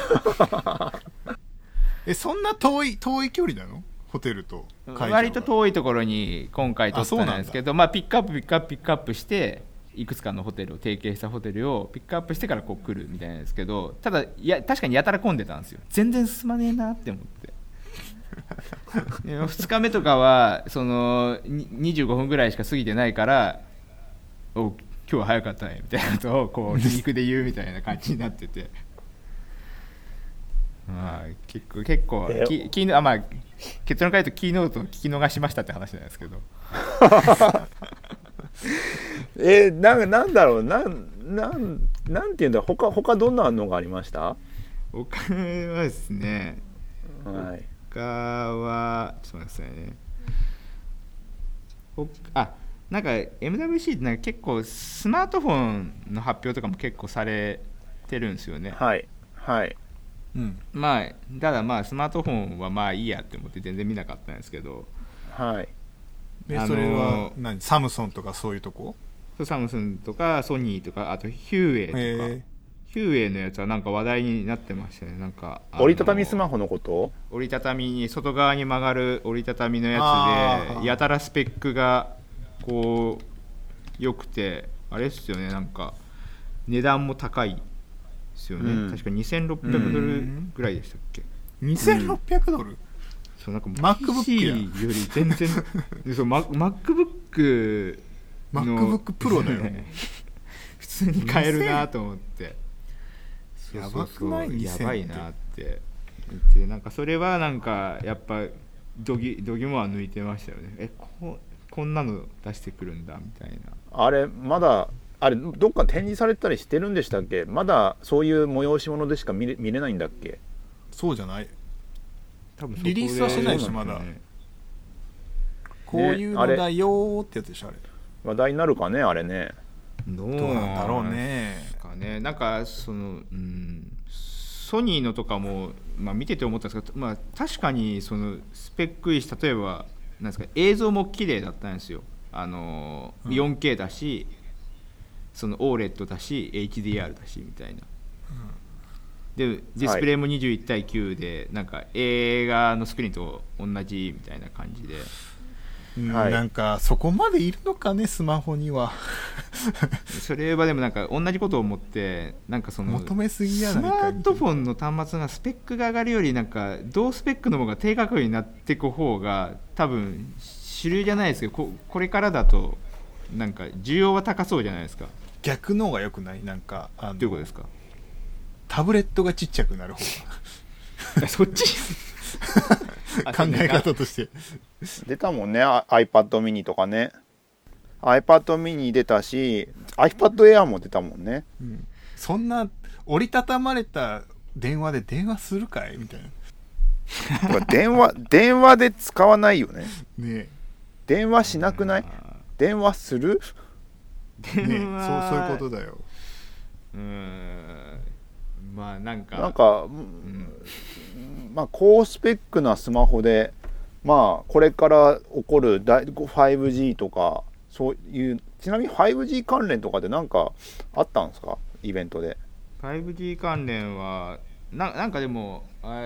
そんな遠い距離なの？ホテルと会場は割と遠いところに今回取ったんですけど、まあ、ピックアップしていくつかのホテルを提携したホテルをピックアップしてからこう来るみたいなんですけど、ただ確かにやたら混んでたんですよ。全然進まねえなって思って2日目とかはその25分ぐらいしか過ぎてないから今日は早かったねみたいなことをこう皮肉で言うみたいな感じになっててまあ結構まあ、結論から言うとキーノートを聞き逃しましたって話なんですけどなんだろうなんていうんだ他どんなのがありました？ 他はですね、 はい、 他はちょっと待ってくださいね。なんか MWC ってなんか結構スマートフォンの発表とかも結構されてるんですよね。 はいはい、 うん、まあただまあスマートフォンはまあいいやって思って全然見なかったんですけど、 はい。 でそれはサムソンとかそういうとこ？ サムソンとかソニーとかあとヒューウェイとか、ヒューウェイのやつはなんか話題になってましたね。なんか折りたたみスマホのこと？ 折りたたみに外側に曲がる折りたたみのやつでやたらスペックがこう良くてあれですよね、なんか値段も高いですよね、うん、確か2600ドルぐらいでしたっけ、 2600ドル、 そうなんか MacBook より全然そう、MacBook Pro だよ普通に買えるなと思ってやばくない？ やばいなって言って、なんかそれはなんかやっぱどぎもは抜いてましたよね。こんなの出してくるんだみたいな。 あれまだあれどっか展示されたりしてるんでしたっけ？まだそういう催し物でしか見れないんだっけ？ そうじゃない、 多分リリースはしてないしまだ、こういうのだよってやつでしょあれ。 話題になるかねあれね。 どうなんだろうね。 なんかその、ソニーのとかも、まあ、見てて思ったんですけど、まあ、確かにそのスペックいいし、例えばなんですか映像も綺麗だったんですよ。4K だし、その OLED だし HDR だしみたいな、でディスプレイも21対9でなんか映画のスクリーンと同じみたいな感じで、 はい、 なんかそこまでいるのかねスマホにはそれはでもなんか同じことを思って、なんかその求めすぎやないか、 スマートフォンの端末がスペックが上がるよりなんか同スペックの方が低価格になっていく方が多分主流じゃないですけど、これからだとなんか需要は高そうじゃないですか。 逆の方が良くない？なんかどういうことですか？ タブレットがちっちゃくなる方そっちが考え方として出たもんね、iPad mini とかね。iPad mini 出たし iPad Air も出たもんね、 うん、そんな折りたたまれた電話で電話するかいみたいな電話で使わないよね。 ねえ、 電話しなくない？電話する？ ねえ、そういうことだよ。 まあなんか、 まあ高スペックなスマホでまあこれから起こる 5G とかそういう、ちなみに 5G 関連とかで何かあったんですか、イベントで。 5G 関連はなんかでも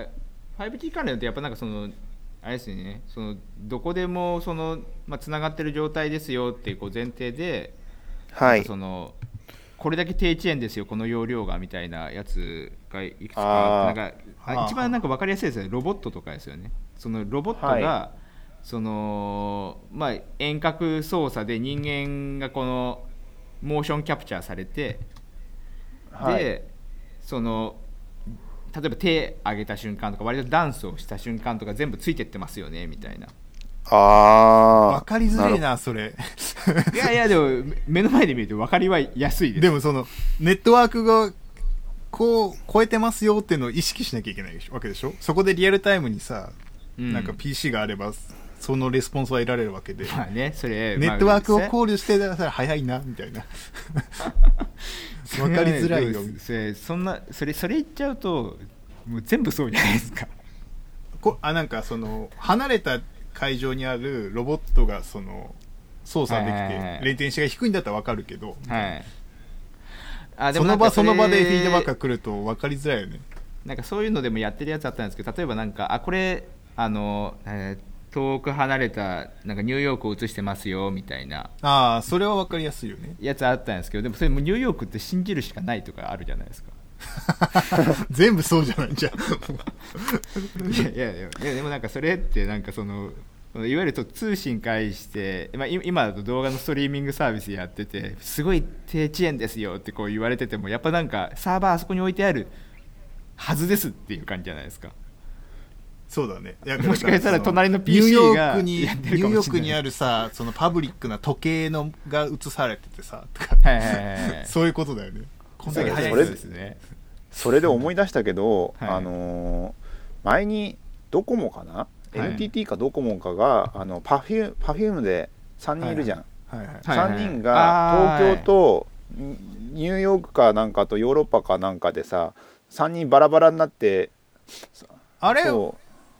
5G 関連ってやっぱなんかそのあれですよね、そのどこでもそのつながってる状態ですよっていう前提で、 はい、 そのこれだけ低遅延ですよこの容量がみたいなやつがいくつか、なんか一番なんか分かりやすいですよね、ロボットとかですよね。そのロボットが、はい、その遠隔操作で人間がこのモーションキャプチャーされて、 はい、 でその例えば手上げた瞬間とか割とダンスをした瞬間とか全部ついてってますよねみたいな。 分かりづらいなそれいやでも目の前で見ると分かりはやすいです。 でもそのネットワークがこう超えてますよっていうのを意識しなきゃいけないわけでしょ。そこでリアルタイムにさ、なんか PC があればそのレスポンスは得られるわけで、 まあね、それネットワークを考慮してたら早いなみたいな分かりづらいよ。 それ言っちゃうともう全部そうじゃないですか。 なんかその離れた会場にあるロボットがその操作できてレイテンシが低いんだったら分かるけど、でもその場でフィードバックが来ると分かりづらいよね。 なんかそういうのでもやってるやつあったんですけど、例えばなんかこれ遠く離れたなんかニューヨークを映してますよみたいな、 それは分かりやすいよね。 やつあったんですけど、でもそれもニューヨークって信じるしかないとかあるじゃないですか全部そうじゃないじゃんいやでもなんかそれってなんかそのいわゆる通信介して、今だと動画のストリーミングサービスやっててすごい低遅延ですよってこう言われてても、やっぱなんかサーバーあそこに置いてあるはずですっていう感じじゃないですか。 そうだね。 もしかしたら隣の PC がニューヨークにあるさ、そのパブリックな時計のが映されててさとかそういうことだよね。こんだけ早いですね。 それで思い出したけど、前にドコモかな、NTT かドコモかがパフュームで3人いるじゃん、3人が東京とニューヨークかなんかとヨーロッパかなんかでさ3人バラバラになって、 あれは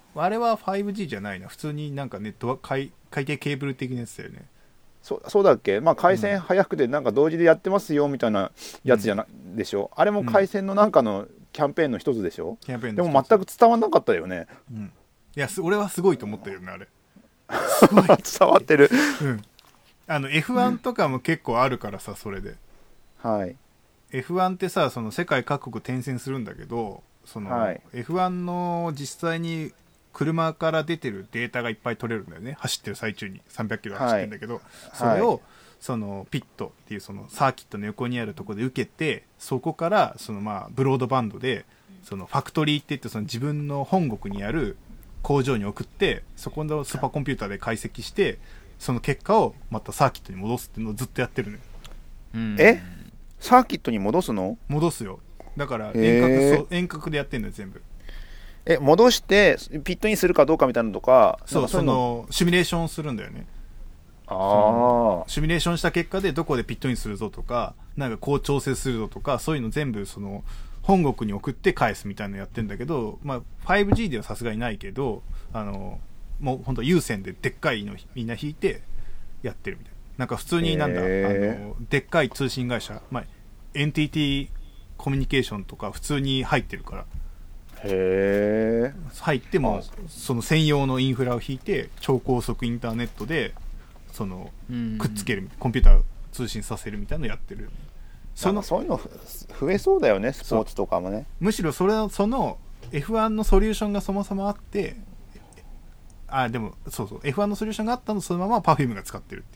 5G じゃないな、普通になんかネット海底ケーブル的なやつだよね。 そうだっけ。回線早くてなんか同時でやってますよみたいなやつじゃな、でしょ。あれも回線のなんかのキャンペーンの一つでしょ。でも全く伝わんなかったよね。 いや俺はすごいと思ったよねあれすごい伝わってる、 F1 とかも結構あるからさ、それで、F1 ってさその世界各国転戦するんだけど、その、F1 の実際に車から出てるデータがいっぱい取れるんだよね、走ってる最中に300キロ走ってるんだけど、それをそのピットっていうそのサーキットの横にあるところで受けて、そこからそのブロードバンドでそのファクトリーって言ってその自分の本国にある工場に送って、そこのスーパーコンピューターで解析してその結果をまたサーキットに戻すっていうのをずっとやってるのよ。 サーキットに戻すの？ 戻すよ。だから遠隔でやってるのよ全部。 戻してピットインするかどうかみたいなのとか、 そのシミュレーションするんだよね。シミュレーションした結果でどこでピットインするぞとか、なんかこう調整するぞとか、そういうの全部その本国に送って返すみたいなのやってるんだけど、5G ではさすがにないけど、もう本当有線ででっかいのみんな引いてやってるみたいな。なんか普通にでっかい通信会社、NTT コミュニケーションとか普通に入ってるから、入ってもその専用のインフラを引いて超高速インターネットでそのくっつける、コンピューター通信させるみたいなのやってる。 そういうの増えそうだよね、スポーツとかもね。 むしろその F1 のソリューションがそもそもあって、でもF1 のソリューションがあったのそのまま Perfume が使ってるっていう。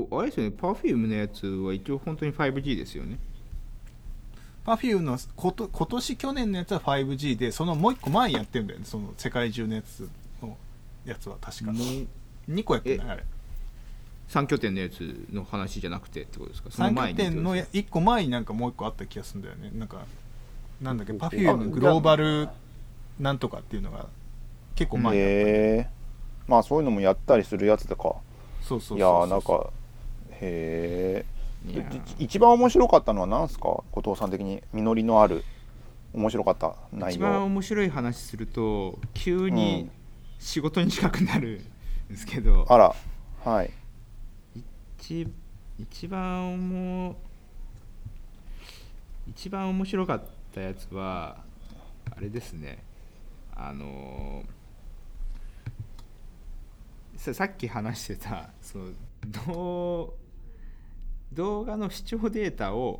でもあれですよね、Perfume のやつは一応本当に 5G ですよね。 Perfume の今年去年のやつは 5G で、そのもう一個前にやってるんだよね、その世界中のやつは確か2個やってないあれ 3拠点のやつの話じゃなくてってことですか？その前 3 に拠点の1個前になんかもう1個あった気がするんだよね。なんだっけ Perfume グローバルなんとかっていうのが結構前にあった、 まあそういうのもやったりするやつだか。 そういやーなんか一番面白かったのは何すか、後藤さん的に実りのある面白かった内容。 一番面白い話すると急に仕事に近くなるんですけど、 あら、はい。 一番面白かったやつはあれですね、さっき話してたその動画の視聴データを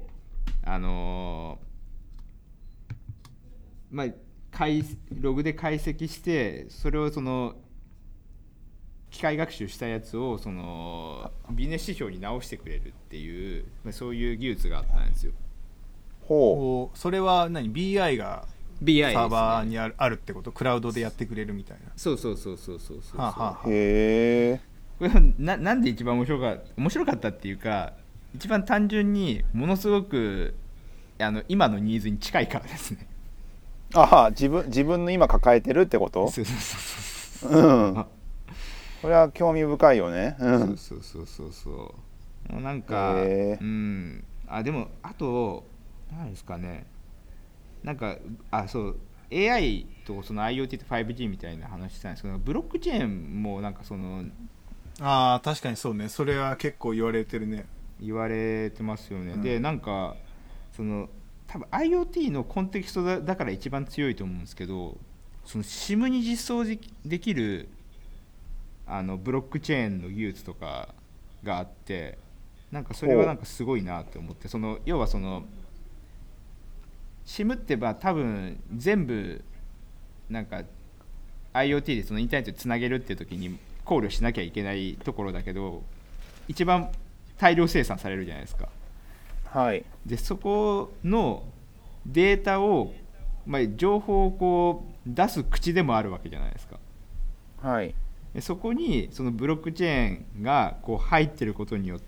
ログで解析して、それをその機械学習したやつをそのビジネス指標に直してくれるっていう、そういう技術があったんですよ。 ほう。 それは何 BI が BI サーバーにあるってこと？クラウドでやってくれるみたいな。 そうへえ。 これなんで一番面白かったっていうか、一番単純にものすごく今のニーズに近いからですね。 ああ、自分の今抱えてるってこと？これは興味深いよね。 そうなんかでもあと何ですかね、なんかそう AI とその IoT と 5G みたいな話したんですけど、ブロックチェーンもなんかその確かにそうね、それは結構言われてるね。 言われてますよね、でなんかその多分 IoT のコンテキストだから一番強いと思うんですけど、その SIM に実装できるブロックチェーンの技術とかがあって、なんかそれはなんかすごいなって思って、その要はその SIM って多分全部なんか IoT でそのインターネットにつなげるっていう時に考慮しなきゃいけないところだけど、一番大量生産されるじゃないですか。 はい。 でそこのデータを、情報をこう出す口でもあるわけじゃないですか。 はい。 でそこにそのブロックチェーンがこう入ってることによって、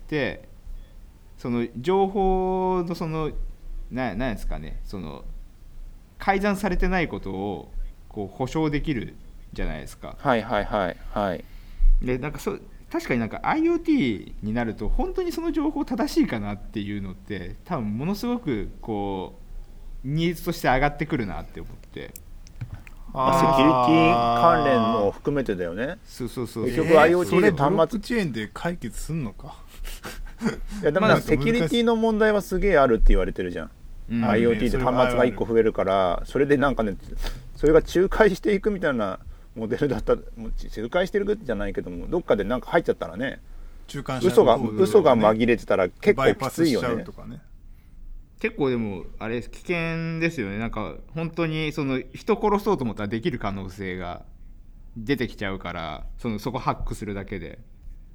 その情報のそのなんですかね、その改ざんされてないことをこう保証できるじゃないですか。 はいはいはいはい。 でなんか確かになんか IoT になると本当にその情報正しいかなっていうのって多分ものすごくこうニーズとして上がってくるなって思って、 セキュリティ関連も含めてだよね。 そう結局 IoT で端末ブロックチェーンで解決すんのか。 いやでもセキュリティの問題はすげえあるって言われてるじゃん、IoT で端末が1個増えるから、それでなんかね、それが仲介していくみたいなモデルだった、仲介してるじゃないけども、どっかでなんか入っちゃったらね、嘘が紛れてたら結構きついよね。 結構でもあれ危険ですよね。なんか本当にその人殺そうと思ったらできる可能性が出てきちゃうから、そこハックするだけで。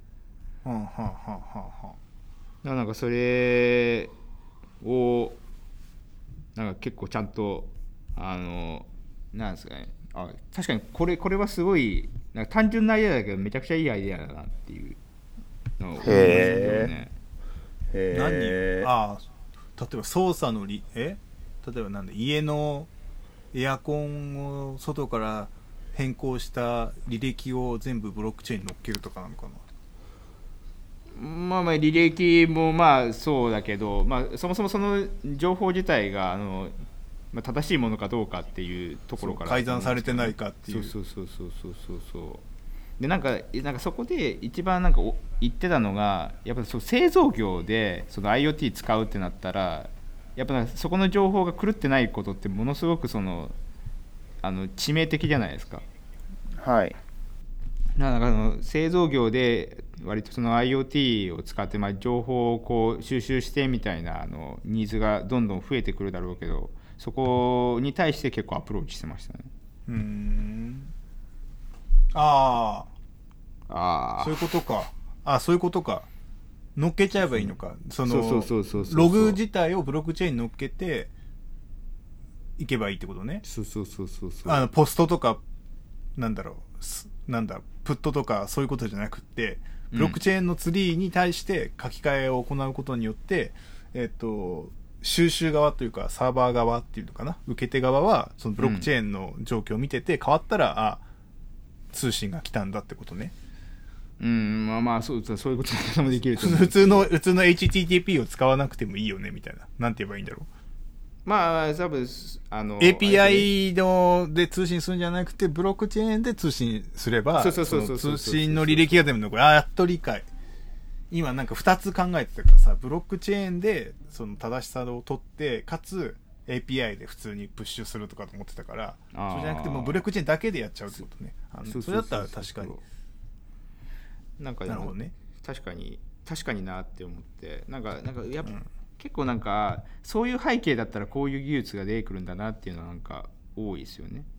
なんかそれをなんか結構ちゃんとなんですかね、確かにこれはすごいなんか単純なアイデアだけどめちゃくちゃいいアイデアだなっていうのを思いますよね。 例えば操作の例えばなんだ、家のエアコンを外から変更した履歴を全部ブロックチェーンに乗っけるとかなのかな。 履歴もそうだけど、そもそもその情報自体が正しいものかどうかっていうところから改ざんされてないかっていう。 そうでなんかそこで一番なんか言ってたのが、やっぱり製造業でその IoT 使うってなったら、やっぱそこの情報が狂ってないことってものすごく致命的じゃないですか。 はい。 なんか製造業で割とその IoT を使って情報をこう収集してみたいなニーズがどんどん増えてくるだろうけど、そこに対して結構アプローチしてましたね。 そういうことか。そういうことか。乗っけちゃえばいいのか。ログ自体をブロックチェーンに乗っけて、 いけばいいってことね。 そう。 ポストとかプットとかそういうことじゃなくってブロックチェーンのツリーに対して書き換えを行うことによって、収集側というかサーバー側っていうのかな、受け手側はそのブロックチェーンの状況を見てて、変わったら通信が来たんだってことね。 まあそういうこともできると思う。 普通の HTTP を使わなくてもいいよねみたいな、なんて言えばいいんだろう。 まあ多分 API で通信するんじゃなくてブロックチェーンで通信すれば、通信の履歴が全部残る。やっと理解。今なんか2つ考えてたからさ、ブロックチェーンでその正しさを取ってかつ API で普通にプッシュするとかと思ってたから、そうじゃなくてもうブロックチェーンだけでやっちゃうってことね。それだったら確かになんかなるほどね。 確かになって思って、なんかやっぱ、結構なんかそういう背景だったらこういう技術が出てくるんだなっていうのはなんか多いですよね。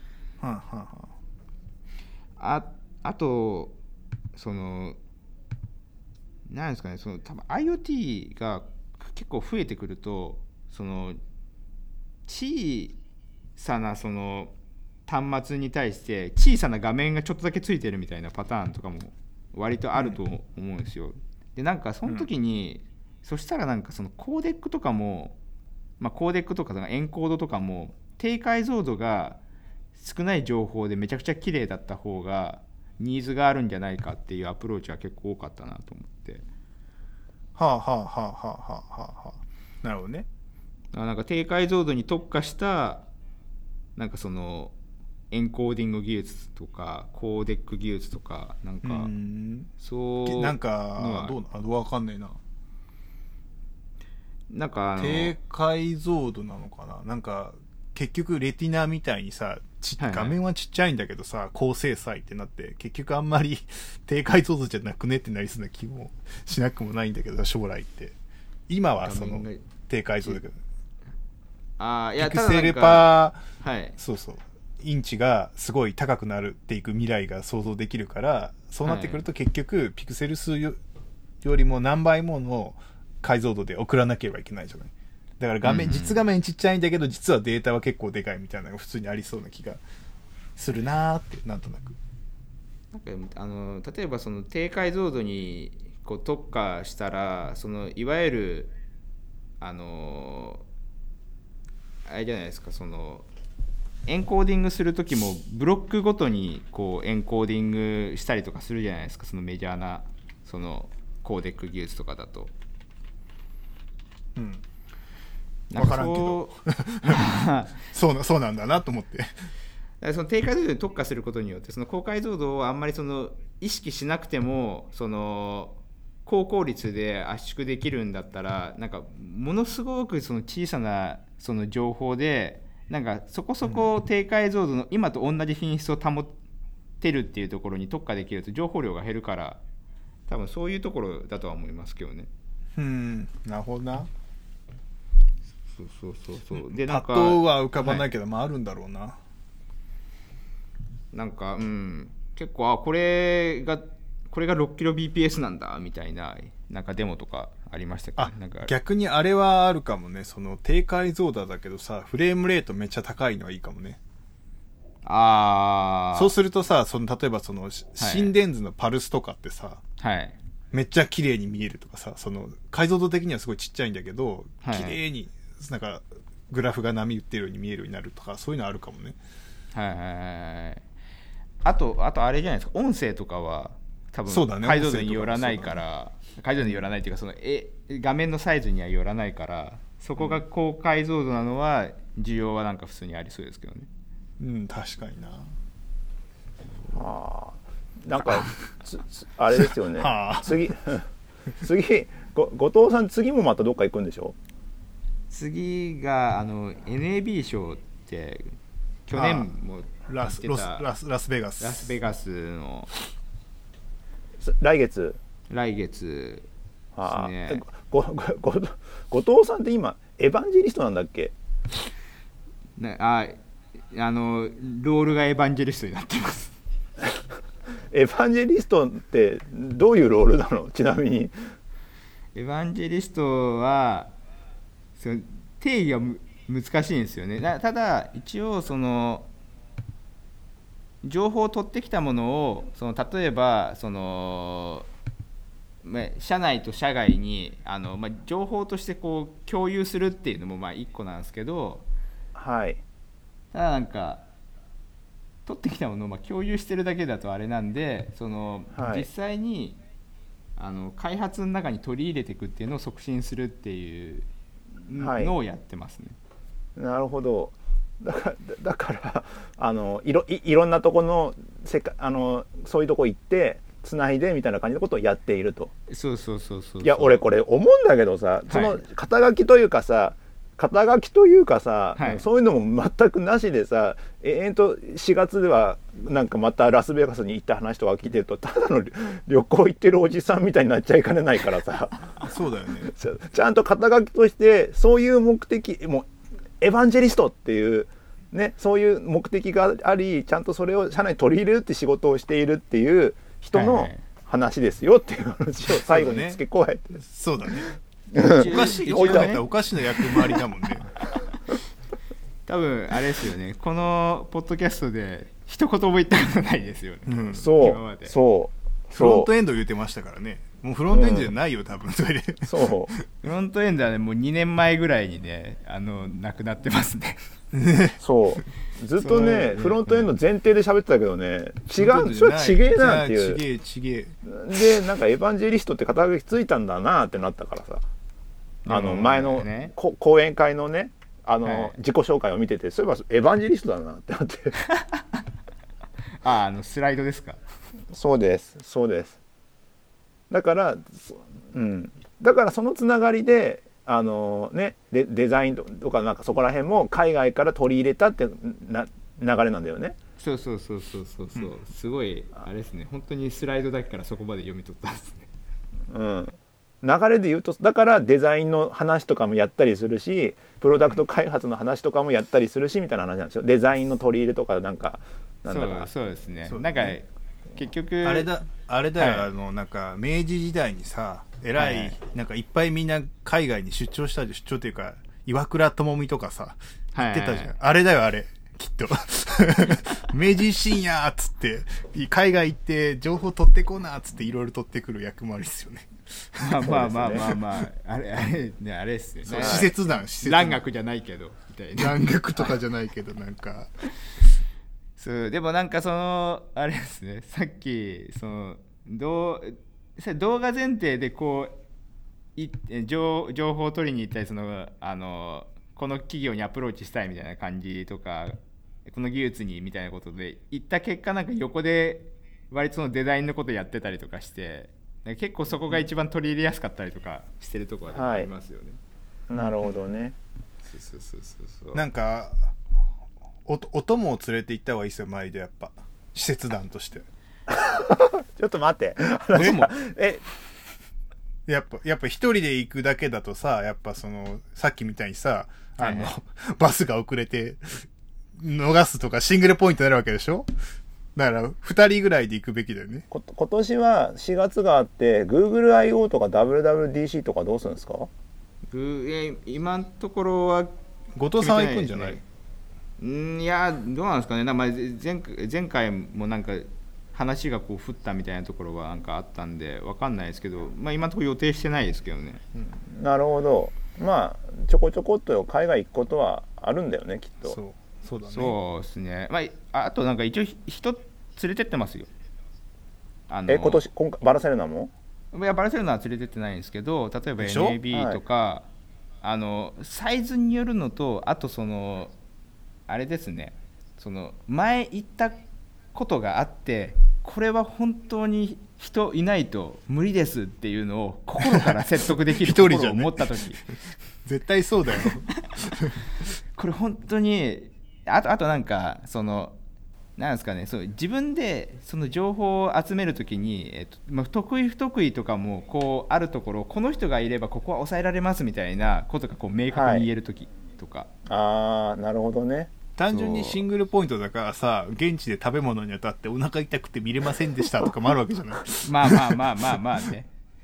あとそのなんですかね、その多分 IoT が結構増えてくると、その小さなその端末に対して小さな画面がちょっとだけついてるみたいなパターンとかも割とあると思うんですよ。でなんかその時に、そしたらなんかそのコーデックとかも、コーデックとかエンコードとかも低解像度が少ない情報でめちゃくちゃ綺麗だった方がニーズがあるんじゃないかっていうアプローチは結構多かったなと思って。 なるほどね。 なんか低解像度に特化したなんかそのエンコーディング技術とかコーデック技術とかなんかそうなんかどうわかんねえな。 なんか低解像度なのかな。なんか結局レティナみたいにさ、画面はちっちゃいんだけどさ、高精細ってなって結局あんまり低解像度じゃなくねってなりそうな気もしなくもないんだけど、将来って今はその低解像度だけど、ピクセルパー、そうインチがすごい高くなるっていく未来が想像できるから、そうなってくると結局ピクセル数よりも何倍もの解像度で送らなければいけないじゃない。だから実画面ちっちゃいんだけど実はデータは結構でかいみたいなのが普通にありそうな気がするなーって、なんとなく。 なんか例えばその低解像度にこう特化したら、そのいわゆるあれじゃないですか、そのエンコーディングするときもブロックごとにこうエンコーディングしたりとかするじゃないですか、そのメジャーなそのコーデック技術とかだと。 分からんけどそうなんだなと思って。 その低解像度に特化することによってその高解像度をあんまりその意識しなくてもその高効率で圧縮できるんだったら、なんかものすごくその小さなその情報でなんかそこそこ低解像度の今と同じ品質を保ってるっていうところに特化できると情報量が減るから、多分そういうところだとは思いますけどね。 なるほどな。 そうでなんかパッとは浮かばないけど、あるんだろうな。 なんか結構これが 6kbps なんだみたいななんかデモとかありましたけど、なんか逆にあれはあるかもね。その低解像度だけどさ、フレームレートめっちゃ高いのはいいかもね。そうするとさ、例えばその心電図のパルスとかってさ、めっちゃ綺麗に見えるとかさ、その解像度的にはすごいちっちゃいんだけど、綺麗になんかグラフが波打ってるように見えるようになるとか、そういうのあるかもね。 あとあれじゃないですか、音声とかは多分解像度によらないから、解像度によらないっていうかその画面のサイズにはよらないから、そこが高解像度なのは需要はなんか普通にありそうですけどね。 確かにな。 なんかあれですよね。次後藤さん次もまたどっか行くんでしょ。 次がNAB 賞って去年もラスベガスの来月ですね。 後藤さんって今エヴァンジェリストなんだっけ。 ロールがエヴァンジェリストになってますエヴァンジェリストってどういうロールなの？ちなみにエヴァンジェリストはその定義は難しいんですよね。ただ一応その情報を取ってきたものを例えば社内と社外に情報としてこう共有するっていうのも一個なんですけど、 はい、 ただなんか取ってきたものを共有してるだけだとあれなんではい、 実際に開発の中に取り入れていくっていうのを促進するっていうのをやってますね。 はい、なるほど。だからいろんなとこのそういうとこ行ってつないでみたいな感じのことをやっていると。 そう。 いや俺これ思うんだけどさ、その肩書きというかさ、はい、そういうのも全くなしでさ、4月ではなんかまたラスベガスに行った話とか聞いてるとただの旅行行ってるおじさんみたいになっちゃいかねないからさそうだよね。 ちゃんと肩書きとしてそういう目的、もうエヴァンジェリストっていうね、そういう目的があり、ちゃんとそれを社内に取り入れるって仕事をしているっていう人の話ですよっていう話を最後に付け加えて、 そうだね。おかしいおかしな役回りだもんね。 多分あれですよね、このポッドキャストで一言も言ったことないですよね、 そうフロントエンド言ってましたからね。もうフロントエンドじゃないよ、多分それで。 そうフロントエンドはね、もう2年前ぐらいにねなくなってますね。 そうずっとねフロントエンド前提で喋ってたけどね、違う、それはちげえなっていう、 ちげえでなんかエヴァンジェリストって肩書きついたんだなってなったからさ、前の、ね、講演会のねはい、自己紹介を見てて、そういえばエヴァンジェリストだなってなってスライドですか。 そうですだから、だからそのつながりでデザインとかなんかそこら辺も海外から取り入れたって流れなんだよね。 そう、すごいあれですね、本当にスライドだけからそこまで読み取ったんですね。 流れで言うと、だからデザインの話とかもやったりするし、プロダクト開発の話とかもやったりするしみたいな話なんですよ。デザインの取り入れとかなんだかそうですね。なんか結局あれだよ、はい、なんか明治時代にさ、偉い、なんかいっぱいみんな海外に出張したで、出張っていうか岩倉智美とかさ言ってたじゃん、あれだよあれきっと明治維新やーっつって海外行って情報取ってこなーっつっていろいろ取ってくる役回りですよね。 まああれですよね。 施設団蘭学じゃないけどみたいな。 蘭学とかじゃないけどなんかそうでもなんかあれですね、さっき動画前提でこう情報を取りに行ったりこの企業にアプローチしたいみたいな感じとか、この技術にみたいなことで行った結果、なんか横で割とデザインのことやってたりとかして、結構そこが一番取り入れやすかったりとかしてるところはありますよね。 なるほどね。 そうなんかお供を連れて行った方がいいですよ、周りで。やっぱ施設団としてちょっと待ってやっぱ一人で行くだけだとさ、やっぱさっきみたいにさ、バスが遅れて逃すとかシングルポイントになるわけでしょ。だから2人ぐらいで行くべきだよね。 今年は4月があって GoogleIO とか WWDC とかどうするんですか。 今のところは後藤さんは行くんじゃない？ いやどうなんですかね。前回もなんか話がこう降ったみたいなところはなんかあったんで分かんないですけど、今のところ予定してないですけどね。 なるほど。ちょこちょこっと海外行くことはあるんだよね、きっと。 そうだね。 そうですね。あとなんか一応人連れてってますよ。 今回バルセロナも？ いやバルセロナは連れてってないんですけど、例えば NAB とか、サイズによるのと、あとあれですね、前行ったことがあって、これは本当に人いないと無理ですっていうのを心から説得できるところを持った時絶対そうだよこれ本当にあとなんかなんですかね、自分で情報を集めるときに、得意不得意とかもこうあるところ、この人がいればここは抑えられますみたいなことがこう明確に言えるときとか、 なるほどね。 単純にシングルポイントだからさ、現地で食べ物に当たってお腹痛くて見れませんでしたとかもあるわけじゃない。 まあね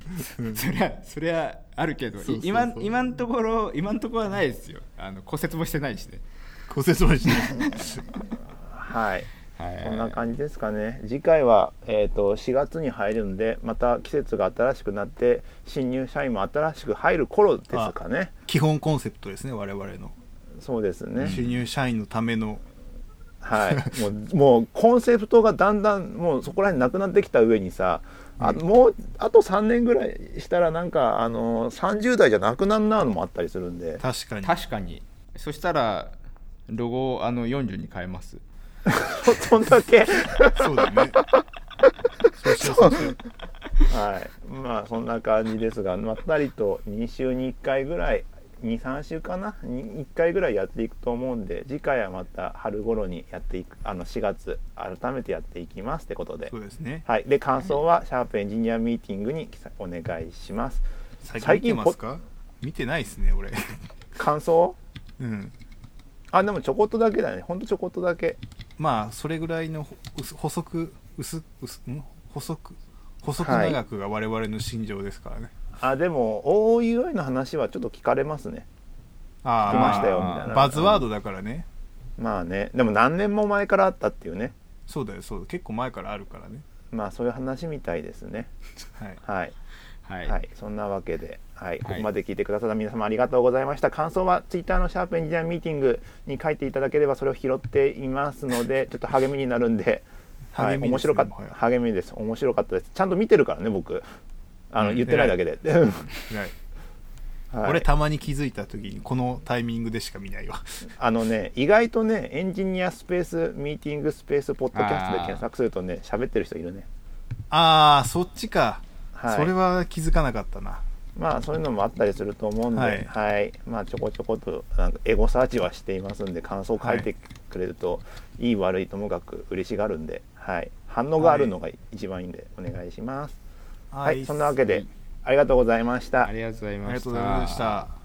それはあるけど、 そう今んところはないですよ。骨折もしてないしね。 骨折もしてないはい、 はい、 そんな感じですかね。次回は、4月に入るんで、また季節が新しくなって新入社員も新しく入る頃ですかね。 基本コンセプトですね、我々の。 そうですね、 新入社員のための、 はい、もうコンセプトがだんだんもうそこら辺なくなってきた上にさ、もうあと3年ぐらいしたらなんか30代じゃなくなるなのもあったりするんで。 確かに。そしたらロゴを40に変えます。 そんだけそうだねはい、まあそんな感じですが、まったりと2週に1回ぐらい、2、3週かな、1回ぐらいやっていくと思うんで、次回はまた春頃にやっていく、4月改めてやっていきますってことで。 そうですね。 はい、で感想はシャープエンジニアミーティングにお願いします。 最近見てますか？見てないですね俺。 感想？ うん。 でもちょこっとだけだね。ほんとちょこっとだけ。 まあそれぐらいの補足長くが我々の心情ですからね。 でも OUI の話はちょっと聞かれますね。聞きましたよみたいな。 バズワードだからね。 まあね、でも何年も前からあったっていうね。 そうだよ結構前からあるからね。 まあそういう話みたいですね。はい、そんなわけで、ここまで聞いてくださった皆様ありがとうございました。感想は Twitter のシャープエンジニアミーティングに書いていただければそれを拾っていますので、ちょっと励みになるんで、面白かった、励みです。面白かったです。ちゃんと見てるからね僕。言ってないだけで。 俺たまに気づいた時にこのタイミングでしか見ないわ。 意外とね、エンジニアスペースミーティングスペースポッドキャストで検索するとね、喋ってる人いるね。 そっちか。それは気づかなかったな。 まあそういうのもあったりすると思うんで、まあちょこちょことなんかエゴサーチはしていますんで、感想を書いてくれると、いい悪いともかく嬉しがるんで、反応があるのが一番いいんでお願いします。そんなわけでありがとうございました。 ありがとうございました。 ありがとうございました。